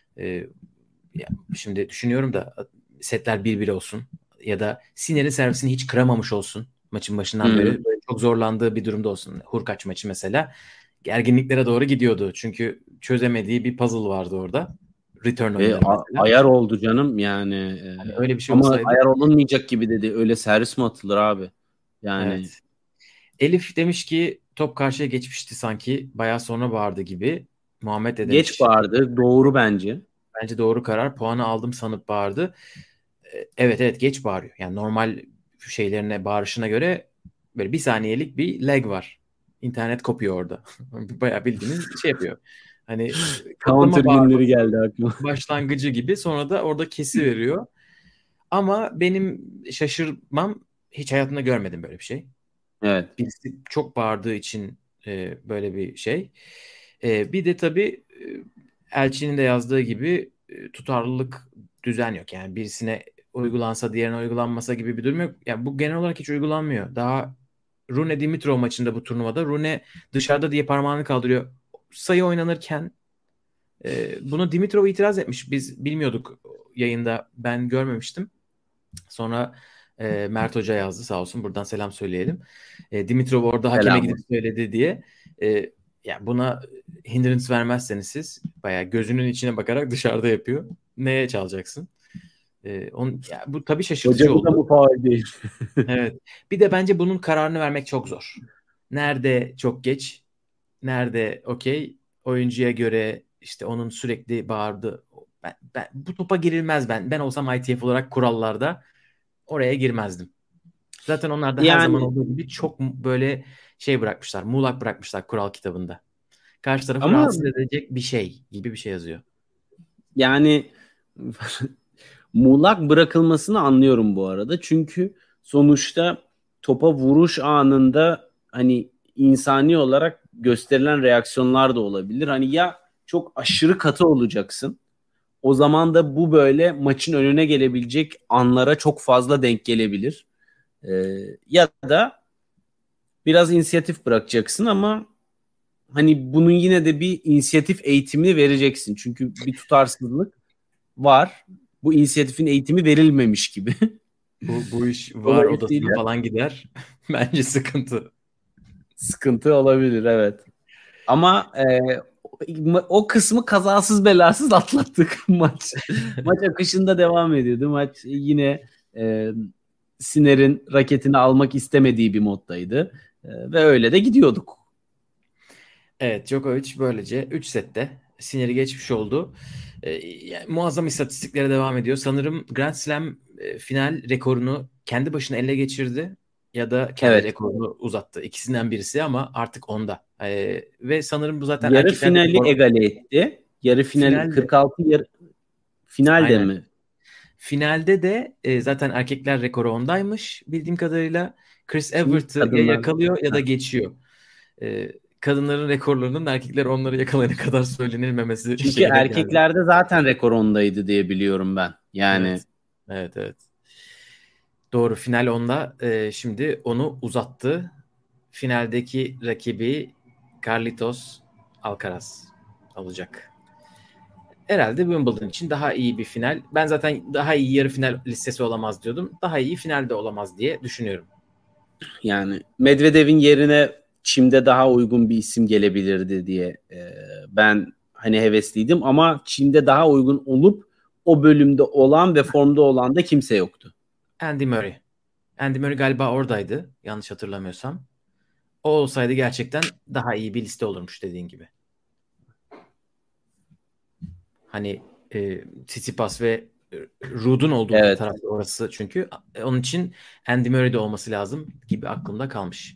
Ya şimdi düşünüyorum da setler 1-1 olsun ya da Sinner'in servisini hiç kıramamış olsun maçın başından beri. Böyle çok zorlandığı bir durumda olsun. Hurkaç maçı mesela gerginliklere doğru gidiyordu. Çünkü çözemediği bir puzzle vardı orada. Return oyunları mesela. Ayar oldu canım yani. Hani öyle bir şey ama olsaydı. Ayar olunmayacak gibi dedi. Öyle servis mi atılır abi? Yani. Evet. Elif demiş ki top karşıya geçmişti sanki. Bayağı sonra bağırdı gibi. Muhammed de demiş. Geç bağırdı. Doğru bence. Bence doğru karar. Puanı aldım sanıp bağırdı. Evet geç bağırıyor. Yani normal şeylerine, bağırışına göre böyle bir saniyelik bir lag var. İnternet kopuyor orada. Bayağı bildiğiniz şey yapıyor. Hani Counter kutlama günleri geldi aklıma. başlangıcı gibi, sonra da orada kesi veriyor. Ama benim şaşırmam, hiç hayatımda görmedim böyle bir şey. Evet. Birisi çok bağırdığı için böyle bir şey. Bir de tabii Elçinin de yazdığı gibi tutarlılık, düzen yok. Yani birisine uygulansa diğerine uygulanmasa gibi bir durum yok. Yani bu genel olarak hiç uygulanmıyor. Daha Rune Dimitrov maçında, bu turnuvada Rune dışarıda diye parmağını kaldırıyor. Sayı oynanırken bunu Dimitrov itiraz etmiş. Biz bilmiyorduk yayında. Ben görmemiştim. Sonra Mert Hoca yazdı sağ olsun. Buradan selam söyleyelim. Dimitrov orada hakeme gidip söyledi diye. Yani buna hindrance vermezseniz siz, bayağı gözünün içine bakarak dışarıda yapıyor. Neye çalacaksın? Bu tabii şaşırtıcı oldu. Hoca bu faul değil. Evet. Bir de bence bunun kararını vermek çok zor. Nerede çok geç, nerede okey, oyuncuya göre işte onun sürekli bağırdı. Ben bu topa girilmez ben. Ben olsam ITF olarak kurallarda oraya girmezdim. Zaten onlar da her zaman olduğu gibi çok böyle şey bırakmışlar. Muğlak bırakmışlar kural kitabında. Karşı tarafı rahatsız edecek bir şey gibi bir şey yazıyor. Yani muğlak bırakılmasını anlıyorum bu arada. Çünkü sonuçta topa vuruş anında hani insani olarak gösterilen reaksiyonlar da olabilir. Hani ya çok aşırı katı olacaksın. O zaman da bu böyle maçın önüne gelebilecek anlara çok fazla denk gelebilir. Ya da biraz inisiyatif bırakacaksın ama hani bunun yine de bir inisiyatif eğitimini vereceksin. Çünkü bir tutarsızlık var. Bu inisiyatifin eğitimi verilmemiş gibi. Bu iş var odasına falan gider. Bence sıkıntı. Sıkıntı olabilir, evet. Ama o kısmı kazasız belasız atlattık maç. Maç akışında devam ediyordu. Maç yine Sinner'in raketini almak istemediği bir moddaydı. Ve öyle de gidiyorduk. Evet, Djokovic böylece 3 sette Sinner'i geçmiş oldu. Yani muazzam istatistiklere devam ediyor. Sanırım Grand Slam final rekorunu kendi başına ele geçirdi ya da kendi rekorunu uzattı. İkisinden birisi ama artık onda. Ve sanırım bu zaten yarı finali egale etti. Yarı final 46 finalde aynen. mi? Finalde de zaten erkekler rekoru ondaymış bildiğim kadarıyla. Chris Evert'ı ya yakalıyor ya da geçiyor. Kadınların rekorlarının erkekler onları yakalayana kadar söylenilmemesi. Çünkü erkeklerde geldi. Zaten rekor ondaydı diye biliyorum ben. Yani. Evet. Doğru, final onda. Şimdi onu uzattı. Finaldeki rakibi Carlitos Alcaraz olacak. Herhalde Wimbledon için daha iyi bir final. Ben zaten daha iyi yarı final listesi olamaz diyordum. Daha iyi finalde olamaz diye düşünüyorum. Yani Medvedev'in yerine Çim'de daha uygun bir isim gelebilirdi diye ben hani hevesliydim ama Çim'de daha uygun olup o bölümde olan ve formda olan da kimse yoktu. Andy Murray. Andy Murray galiba oradaydı yanlış hatırlamıyorsam. O olsaydı gerçekten daha iyi bir liste olurmuş dediğin gibi. Hani Tsitsipas ve Ruud'un olduğu Evet. tarafta orası çünkü. Onun için Andy Murray'de olması lazım gibi aklımda kalmış.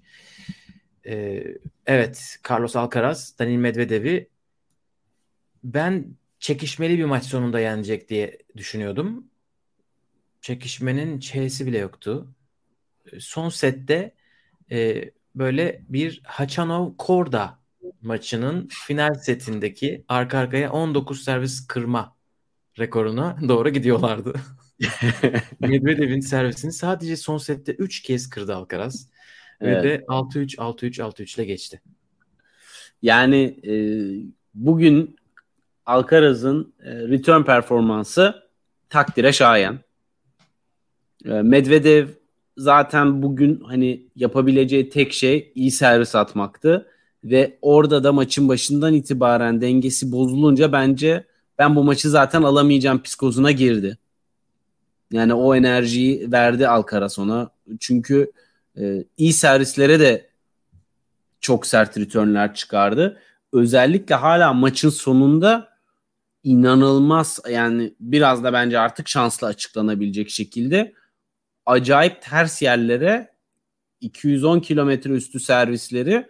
Evet, Carlos Alcaraz, Daniil Medvedev'i ben çekişmeli bir maç sonunda yenecek diye düşünüyordum. Çekişmenin ç'si bile yoktu. Son sette böyle bir Hachanov Korda maçının final setindeki arka arkaya 19 servis kırma rekoruna doğru gidiyorlardı. Medvedev'in servisini sadece son sette 3 kez kırdı Alcaraz. Ve Evet. de 6-3, 6-3, 6-3 ile geçti. Yani bugün Alcaraz'ın return performansı takdire şayan. Medvedev zaten bugün hani yapabileceği tek şey iyi servis atmaktı ve orada da maçın başından itibaren dengesi bozulunca bence ben bu maçı zaten alamayacağım psikozuna girdi. Yani o enerjiyi verdi Alcaraz ona. Çünkü iyi servislere de çok sert returnler çıkardı. Özellikle hala maçın sonunda inanılmaz, yani biraz da bence artık şansla açıklanabilecek şekilde acayip ters yerlere 210 kilometre üstü servisleri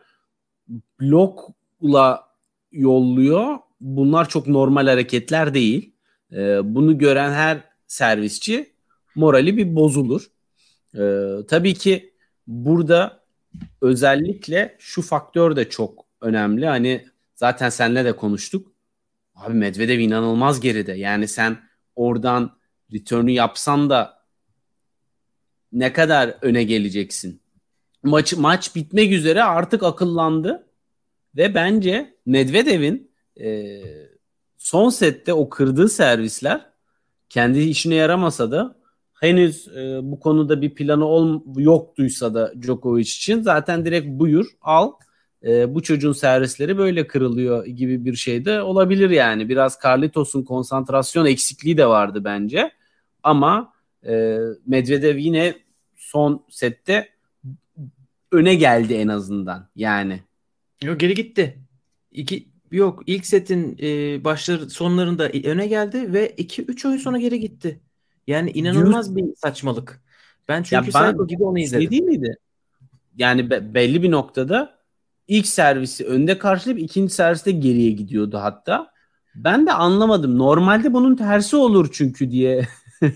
blokla yolluyor. Bunlar çok normal hareketler değil. Bunu gören her servisçi morali bir bozulur. Tabii ki burada özellikle şu faktör de çok önemli. Hani zaten seninle de konuştuk. Abi Medvedev inanılmaz geride. Yani sen oradan return'ü yapsan da ne kadar öne geleceksin? Maç bitmek üzere artık akıllandı ve bence Medvedev'in son sette o kırdığı servisler kendi işine yaramasa da henüz bu konuda bir planı yoktuysa da Djokovic için zaten direkt buyur al, bu çocuğun servisleri böyle kırılıyor gibi bir şey de olabilir yani. Biraz Carlitos'un konsantrasyon eksikliği de vardı bence ama Medvedev yine son sette öne geldi en azından yani. Yok, geri gitti. Yok, ilk setin sonlarında öne geldi ve 2-3 oyun sonra geri gitti. Yani inanılmaz bir saçmalık. Ben çünkü Ya bana Psycho gibi onu şey izledim. değil miydi? Yani belli bir noktada ilk servisi önde karşılayıp ikinci serviste geriye gidiyordu hatta. Ben de anlamadım. Normalde bunun tersi olur çünkü diye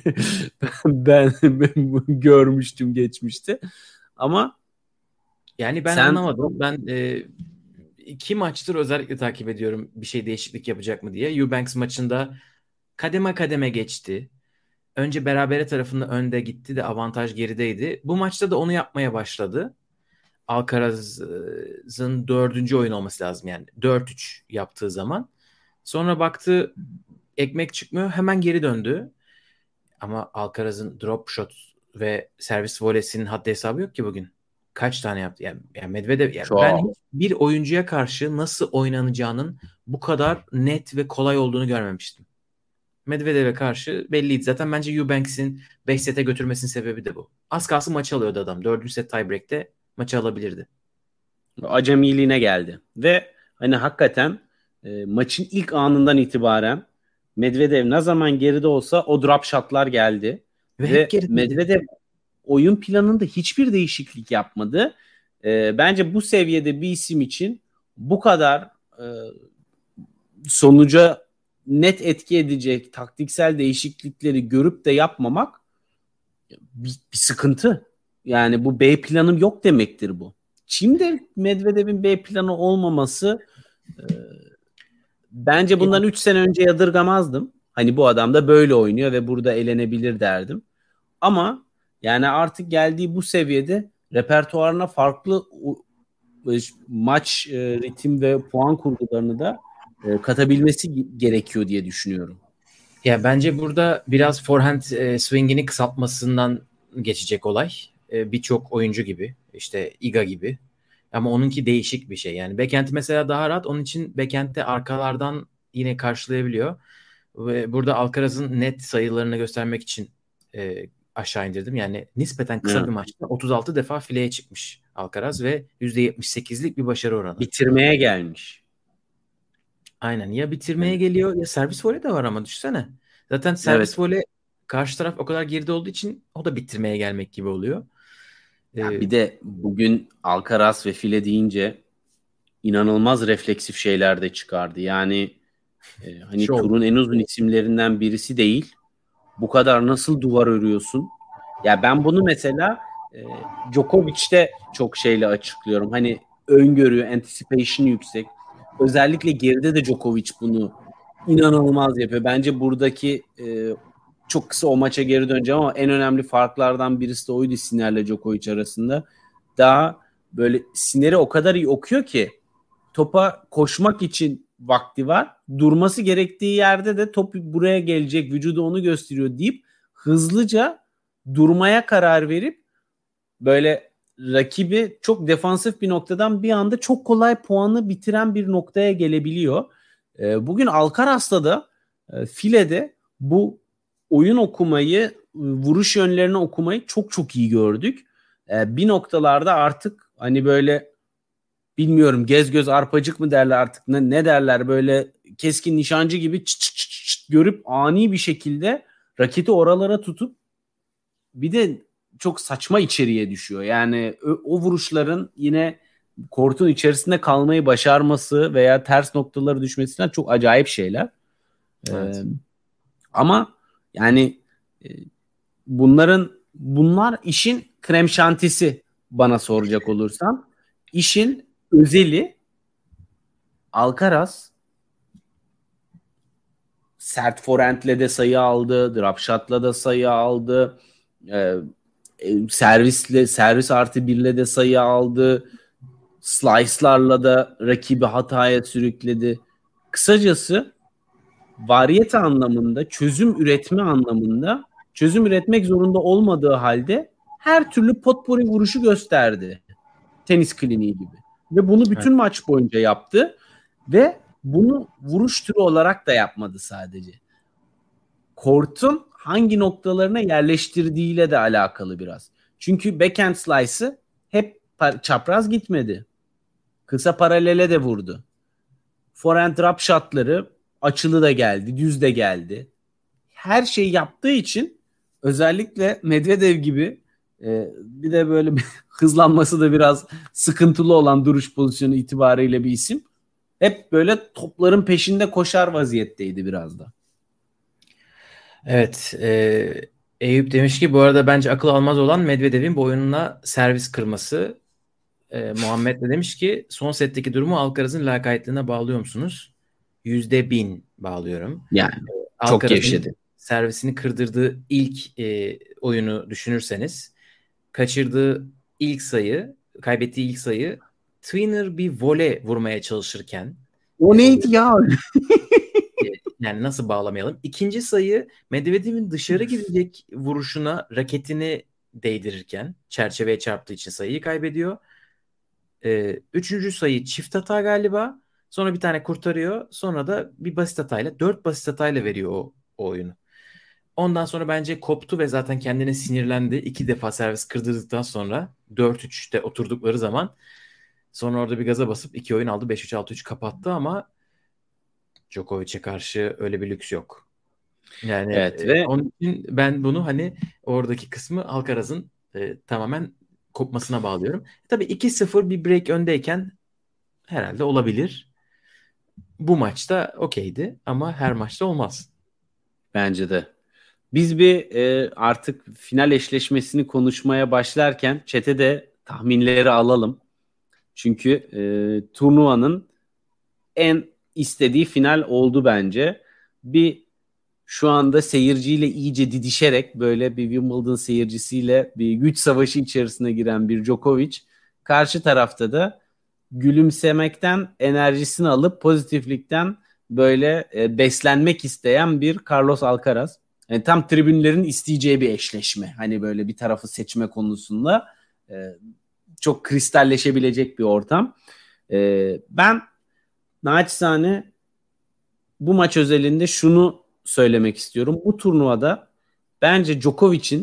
ben görmüştüm geçmişte. Ama Yani ben sen anlamadım. Ben 2 maçtır özellikle takip ediyorum bir şey değişiklik yapacak mı diye. Eubanks maçında kademe kademe geçti. Önce berabere tarafında önde gitti de avantaj gerideydi. Bu maçta da onu yapmaya başladı. Alcaraz'ın 4. oyun olması lazım yani. 4-3 yaptığı zaman. Sonra baktı ekmek çıkmıyor. Hemen geri döndü. Ama Alcaraz'ın drop shot ve servis volesinin haddi hesabı yok ki bugün. Kaç tane yaptı? Yani Medvedev, yani ben çok hiç bir oyuncuya karşı nasıl oynanacağının bu kadar net ve kolay olduğunu görmemiştim. Medvedev'e karşı belliydi. Zaten bence Eubanks'in 5 sete götürmesinin sebebi de bu. Az kalsın maçı alıyordu adam. 4. set tiebreak'te maçı alabilirdi. acemiliğine geldi. Ve hani hakikaten maçın ilk anından itibaren Medvedev ne zaman geride olsa o drop shotlar geldi. Ve hep Ve gerideydi. Medvedev oyun planında hiçbir değişiklik yapmadı. Bence bu seviyede bir isim için bu kadar sonuca net etki edecek taktiksel değişiklikleri görüp de yapmamak bir sıkıntı. Yani bu B planım yok demektir bu. Şimdi Medvedev'in B planı olmaması bence bundan 3 sene önce yadırgamazdım. Hani bu adam da böyle oynuyor ve burada elenebilir derdim. Ama yani artık geldiği bu seviyede repertuarına farklı maç ritim ve puan kurgularını da katabilmesi gerekiyor diye düşünüyorum. Ya bence burada biraz forehand swing'ini kısaltmasından geçecek olay. Birçok oyuncu gibi, işte Iga gibi. Ama onunki değişik bir şey. Yani backhand mesela daha rahat. Onun için backhand'de arkalardan yine karşılayabiliyor. Ve burada Alcaraz'ın net sayılarını göstermek için aşağı indirdim. Yani nispeten kısa Evet. bir maçta 36 defa fileye çıkmış Alcaraz ve %78'lik bir başarı oranı. Bitirmeye gelmiş. Aynen, ya bitirmeye Evet. geliyor ya servis voley de var ama düşünsene. Zaten servis Evet. voley karşı taraf o kadar geride olduğu için o da bitirmeye gelmek gibi oluyor. Ya bir de bugün Alcaraz ve file deyince inanılmaz refleksif şeyler de çıkardı. Yani hani Şov. turun en uzun isimlerinden birisi değil. Bu kadar nasıl duvar örüyorsun? Ya ben bunu mesela Djokovic'te çok şeyle açıklıyorum. Hani öngörü, anticipation yüksek. Özellikle geride de Djokovic bunu inanılmaz yapıyor. Bence buradaki çok kısa o maça geri döneceğim ama en önemli farklardan birisi de oydu Sinner'le Djokovic arasında. Daha böyle Sinner'i o kadar iyi okuyor ki topa koşmak için vakti var. Durması gerektiği yerde de top buraya gelecek, vücudu onu gösteriyor deyip hızlıca durmaya karar verip böyle rakibi çok defansif bir noktadan bir anda çok kolay puanı bitiren bir noktaya gelebiliyor. Bugün Alcaraz'da da filede bu oyun okumayı, vuruş yönlerini okumayı çok çok iyi gördük. Bir noktalarda artık hani böyle bilmiyorum gez göz arpacık mı derler artık ne derler böyle keskin nişancı gibi çıt çıt çıt çıt görüp ani bir şekilde raketi oralara tutup bir de çok saçma içeriye düşüyor. Yani o vuruşların yine kortun içerisinde kalmayı başarması veya ters noktaları düşmesinden çok acayip şeyler. Evet. Ama yani e, bunlar işin krem şantisi bana soracak olursan. İşin özeli Alcaraz sert forehandle de sayı aldı, drop shot'la da sayı aldı. E, servis artı birle de sayı aldı. Slice'larla da rakibi hataya sürükledi. Kısacası variyete anlamında, çözüm üretme anlamında çözüm üretmek zorunda olmadığı halde her türlü potpourri vuruşu gösterdi. Tenis kliniği gibi. Ve bunu bütün Evet. maç boyunca yaptı. Ve bunu vuruş türü olarak da yapmadı sadece. Kortun hangi noktalarına yerleştirdiğiyle de alakalı biraz. Çünkü backhand slice'ı hep çapraz gitmedi. Kısa paralele de vurdu. Forehand drop shotları açılı da geldi, düz de geldi. Her şeyi yaptığı için özellikle Medvedev gibi bir de böyle bir hızlanması da biraz sıkıntılı olan duruş pozisyonu itibariyle bir isim. Hep böyle topların peşinde koşar vaziyetteydi biraz da. Evet. Eyüp demiş ki bu arada bence akıl almaz olan Medvedev'in boynuna servis kırması. Muhammed de demiş ki son setteki durumu Alcaraz'ın lakaytlığına bağlıyor musunuz? %1000 bağlıyorum. Yani çok Alcaraz'ın gevşedi. servisini kırdırdığı ilk oyunu düşünürseniz kaçırdığı ilk sayı, kaybettiği ilk sayı twinner bir voley vurmaya çalışırken O oluyor. neydi ya? Yani nasıl bağlamayalım? İkinci sayı Medvedev'in dışarı gidecek vuruşuna raketini değdirirken çerçeveye çarptığı için sayıyı kaybediyor. Üçüncü sayı çift hata galiba. Sonra bir tane kurtarıyor. Sonra da bir basit hatayla, dört basit hatayla veriyor o oyunu. Ondan sonra bence koptu ve zaten kendine sinirlendi. İki defa servis kırdırdıktan sonra 4-3'te oturdukları zaman sonra orada bir gaza basıp iki oyun aldı. 5-3, 6-3 kapattı ama Djokovic'e karşı öyle bir lüks yok. Yani Evet ve onun için ben bunu hani oradaki kısmı Alcaraz'ın tamamen kopmasına bağlıyorum. Tabii 2-0 bir break öndeyken herhalde olabilir. Bu maçta okeydi ama her maçta olmaz. bence de. Biz bir artık final eşleşmesini konuşmaya başlarken çete de tahminleri alalım. Çünkü turnuvanın en istediği final oldu bence. Bir şu anda seyirciyle iyice didişerek böyle bir Wimbledon seyircisiyle bir güç savaşı içerisine giren bir Djokovic. Karşı tarafta da gülümsemekten enerjisini alıp pozitiflikten böyle beslenmek isteyen bir Carlos Alcaraz. Yani tam tribünlerin isteyeceği bir eşleşme. Hani böyle bir tarafı seçme konusunda e, çok kristalleşebilecek bir ortam. Ben naçizane bu maç özelinde şunu söylemek istiyorum. Bu turnuvada bence Djokovic'in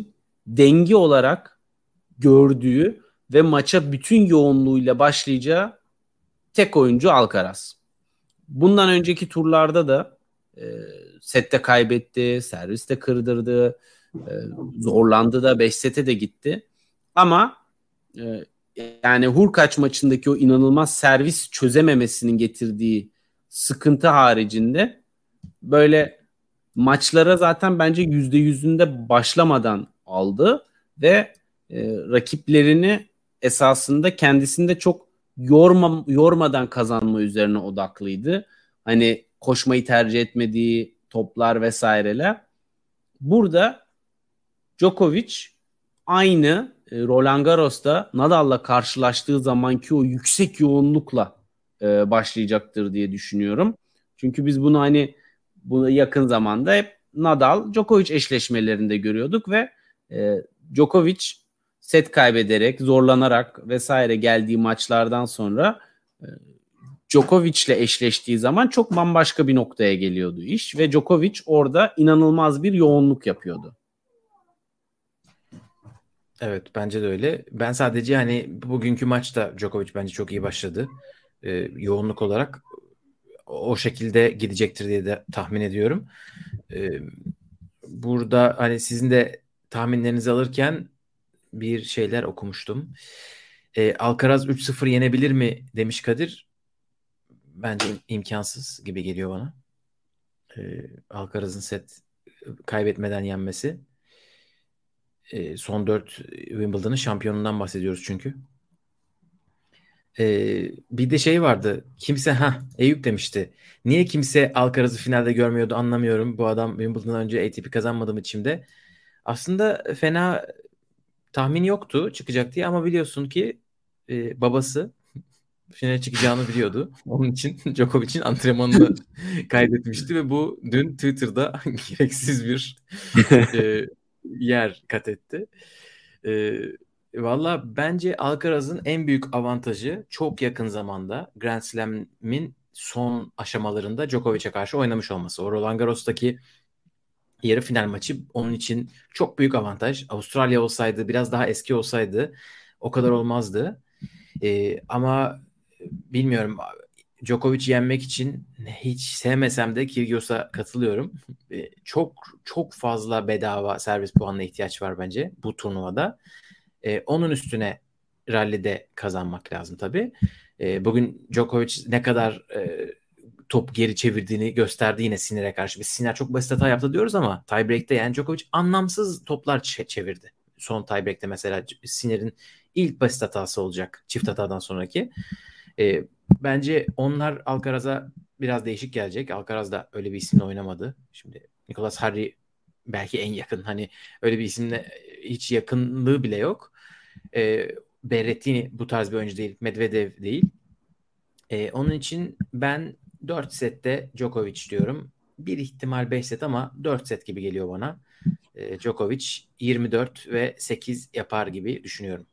dengi olarak gördüğü ve maça bütün yoğunluğuyla başlayacağı tek oyuncu Alcaraz. Bundan önceki turlarda da sette kaybetti, serviste kırdırdı, zorlandı da 5 sete de gitti. Ama yani Hurkaç maçındaki o inanılmaz servis çözememesinin getirdiği sıkıntı haricinde böyle maçlara zaten bence %100'ünde başlamadan aldı ve rakiplerini esasında kendisinde çok yormadan kazanma üzerine odaklıydı. Hani koşmayı tercih etmediği toplar vesaireler. Burada Djokovic aynı Roland Garros'ta Nadal'la karşılaştığı zamanki o yüksek yoğunlukla başlayacaktır diye düşünüyorum. Çünkü biz bunu yakın zamanda hep Nadal Djokovic eşleşmelerinde görüyorduk ve Djokovic set kaybederek, zorlanarak vesaire geldiği maçlardan sonra Djokovic'le eşleştiği zaman çok bambaşka bir noktaya geliyordu iş ve Djokovic orada inanılmaz bir yoğunluk yapıyordu. Evet, bence de öyle. Ben sadece hani bugünkü maçta Djokovic bence çok iyi başladı. Yoğunluk olarak o şekilde gidecektir diye de tahmin ediyorum. Burada hani sizin de tahminlerinizi alırken bir şeyler okumuştum. Alcaraz 3-0 yenebilir mi demiş Kadir. Bence imkansız gibi geliyor bana. Alcaraz'ın set kaybetmeden yenmesi. Son 4 Wimbledon'ın şampiyonundan bahsediyoruz çünkü. Bir de şey vardı. Eyüp demişti. Niye kimse Alcaraz'ı finalde görmüyordu anlamıyorum. Bu adam Wimbledon'dan önce ATP kazanmadığım içimde. Aslında fena tahmin yoktu çıkacak diye ama biliyorsun ki babası finale çıkacağını biliyordu. Onun için Djokovic'in antrenmanını kaydetmişti ve bu dün Twitter'da gereksiz bir yer kat etti. Valla bence Alcaraz'ın en büyük avantajı çok yakın zamanda Grand Slam'in son aşamalarında Djokovic'e karşı oynamış olması. O Roland Garros'taki yarı final maçı onun için çok büyük avantaj. Avustralya olsaydı, biraz daha eski olsaydı o kadar olmazdı. Ama bilmiyorum, Djokovic'i yenmek için hiç sevmesem de Kyrgios'a katılıyorum. Çok çok fazla bedava servis puanına ihtiyaç var bence bu turnuvada. Onun üstüne rallide kazanmak lazım tabii. Bugün Djokovic ne kadar top geri çevirdiğini gösterdi yine Sinner'e karşı. Biz Sinner çok basit hata yaptı diyoruz ama tiebreak'te yani Djokovic anlamsız toplar çevirdi. Son tiebreak'te mesela Sinner'in ilk basit hatası olacak çift hatadan sonraki. Bence onlar Alcaraz'a biraz değişik gelecek. Alcaraz da öyle bir isimle oynamadı. Şimdi Nicolas Harry belki en yakın, hani öyle bir isimle hiç yakınlığı bile yok. Berrettini bu tarz bir oyuncu değil. Medvedev değil. Onun için ben 4 sette Djokovic diyorum. Bir ihtimal 5 set ama 4 set gibi geliyor bana. Djokovic 24 ve 8 yapar gibi düşünüyorum.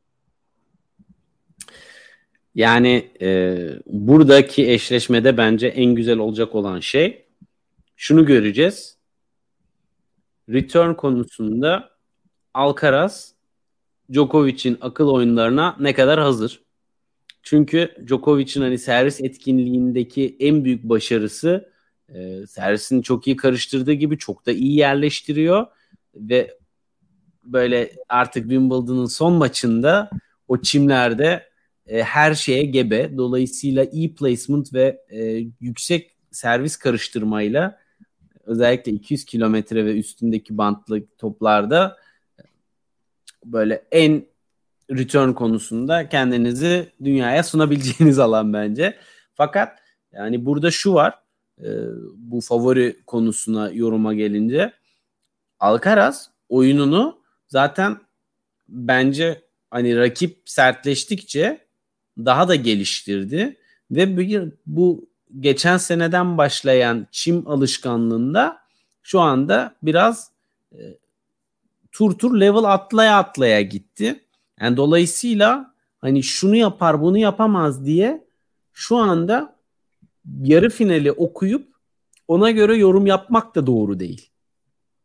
Yani buradaki eşleşmede bence en güzel olacak olan şey şunu göreceğiz. Return konusunda Alcaraz Djokovic'in akıl oyunlarına ne kadar hazır? Çünkü Djokovic'in hani servis etkinliğindeki en büyük başarısı servisini çok iyi karıştırdığı gibi çok da iyi yerleştiriyor ve böyle artık Wimbledon'ın son maçında o çimlerde her şeye gebe. Dolayısıyla iyi placement ve yüksek servis karıştırmayla özellikle 200 kilometre ve üstündeki bantlı toplarda böyle en return konusunda kendinizi dünyaya sunabileceğiniz alan bence. Fakat yani burada şu var, bu favori konusuna yoruma gelince Alcaraz oyununu zaten bence hani rakip sertleştikçe daha da geliştirdi ve bu geçen seneden başlayan çim alışkanlığında şu anda biraz tur level atlaya gitti. Yani dolayısıyla hani şunu yapar bunu yapamaz diye şu anda yarı finali okuyup ona göre yorum yapmak da doğru değil.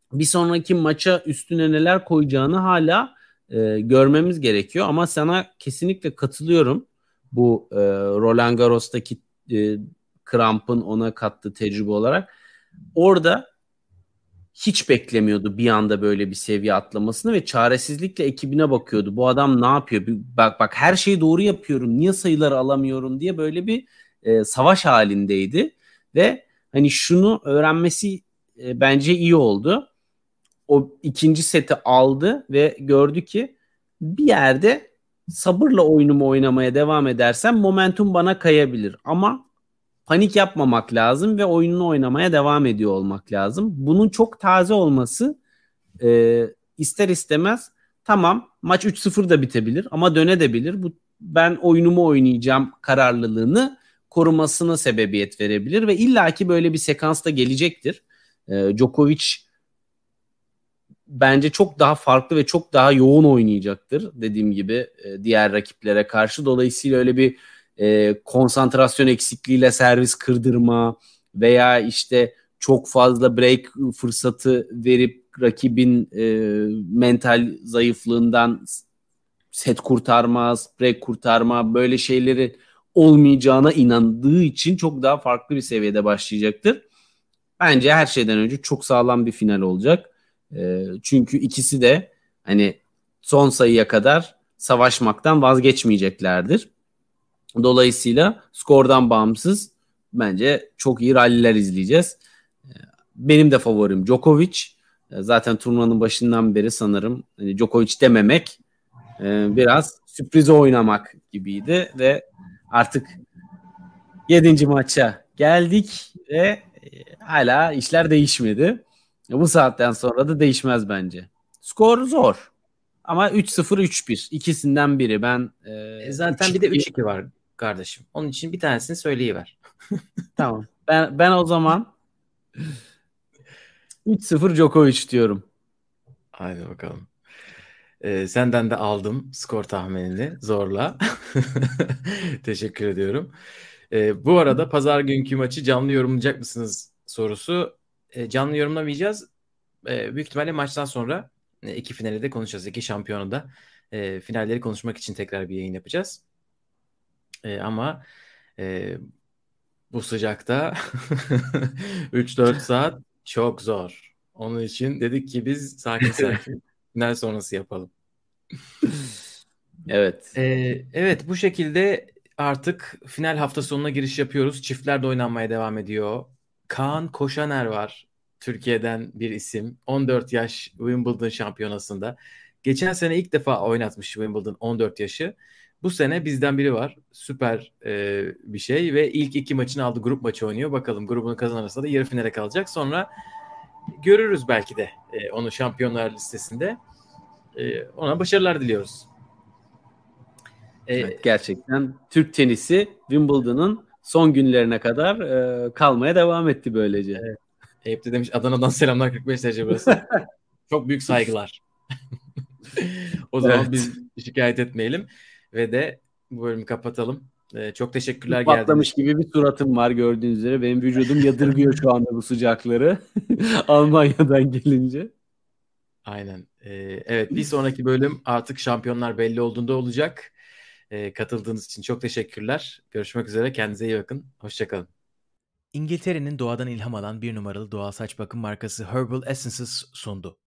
bir sonraki maça üstüne neler koyacağını hala görmemiz gerekiyor. Ama sana kesinlikle katılıyorum. Bu Roland Garros'taki krampın ona kattığı tecrübe olarak. Orada hiç beklemiyordu bir anda böyle bir seviye atlamasını ve çaresizlikle ekibine bakıyordu. Bu adam ne yapıyor? Bak her şeyi doğru yapıyorum. Niye sayıları alamıyorum diye böyle bir savaş halindeydi ve hani şunu öğrenmesi bence iyi oldu. O ikinci seti aldı ve gördü ki bir yerde sabırla oyunumu oynamaya devam edersem momentum bana kayabilir. Ama panik yapmamak lazım ve oyununu oynamaya devam ediyor olmak lazım. Bunun çok taze olması ister istemez tamam maç 3-0 da bitebilir ama dönebilir. Bu ben oyunumu oynayacağım kararlılığını korumasına sebebiyet verebilir ve illaki böyle bir sekans da gelecektir. Djokovic bence çok daha farklı ve çok daha yoğun oynayacaktır dediğim gibi diğer rakiplere karşı. Dolayısıyla öyle bir konsantrasyon eksikliğiyle servis kırdırma veya işte çok fazla break fırsatı verip rakibin mental zayıflığından set kurtarmaz, break kurtarma böyle şeyleri olmayacağına inandığı için çok daha farklı bir seviyede başlayacaktır. Bence her şeyden önce çok sağlam bir final olacak. Çünkü ikisi de hani son sayıya kadar savaşmaktan vazgeçmeyeceklerdir. Dolayısıyla skordan bağımsız bence çok iyi ralliler izleyeceğiz. Benim de favorim Djokovic. Zaten turnuvanın başından beri sanırım hani Djokovic dememek biraz sürprize oynamak gibiydi ve artık 7. maça geldik ve hala işler değişmedi. Bu saatten sonra da değişmez bence. Skor zor. Ama 3-0 3-1 ikisinden biri. Ben Zaten bir de 3-2 var kardeşim. Onun için bir tanesini söyleyiver. tamam. Ben o zaman 3-0 Djokovic diyorum. Haydi bakalım. Senden de aldım skor tahminini zorla. Teşekkür ediyorum. Bu arada pazar günkü maçı canlı yorumlayacak mısınız sorusu. Canlı yorumlamayacağız. Büyük ihtimalle maçtan sonra iki finali de konuşacağız. İki şampiyonu da finalleri konuşmak için tekrar bir yayın yapacağız. Ama bu sıcakta 3-4 saat çok zor. Onun için dedik ki biz sakin sakin final sonrası yapalım. Evet. Evet bu şekilde artık final hafta sonuna giriş yapıyoruz. Çiftler de oynanmaya devam ediyor. Kaan Koşaner var. Türkiye'den bir isim. 14 yaş Wimbledon şampiyonasında. Geçen sene ilk defa oynatmış Wimbledon 14 yaşı. Bu sene bizden biri var. Süper bir şey ve ilk iki maçını aldı. Grup maçı oynuyor. Bakalım grubunu kazanırsa da yarı finale kalacak. Sonra görürüz belki de onu şampiyonlar listesinde. Ona başarılar diliyoruz. Evet, gerçekten Türk tenisi Wimbledon'ın son günlerine kadar kalmaya devam etti böylece. Evet. Eyüp de demiş Adana'dan selamlar 45 derece burası. Çok büyük saygılar. O zaman Evet. biz şikayet etmeyelim ve de bu bölümü kapatalım. Çok teşekkürler Patlamış geldiğiniz gibi bir suratım var gördüğünüz üzere. Benim vücudum yadırgıyor şu anda bu sıcakları. Almanya'dan gelince. Aynen. Evet bir sonraki bölüm artık şampiyonlar belli olduğunda olacak. Katıldığınız için çok teşekkürler. Görüşmek üzere. Kendinize iyi bakın. Hoşçakalın. İngiltere'nin doğadan ilham alan bir numaralı doğal saç bakım markası Herbal Essences sundu.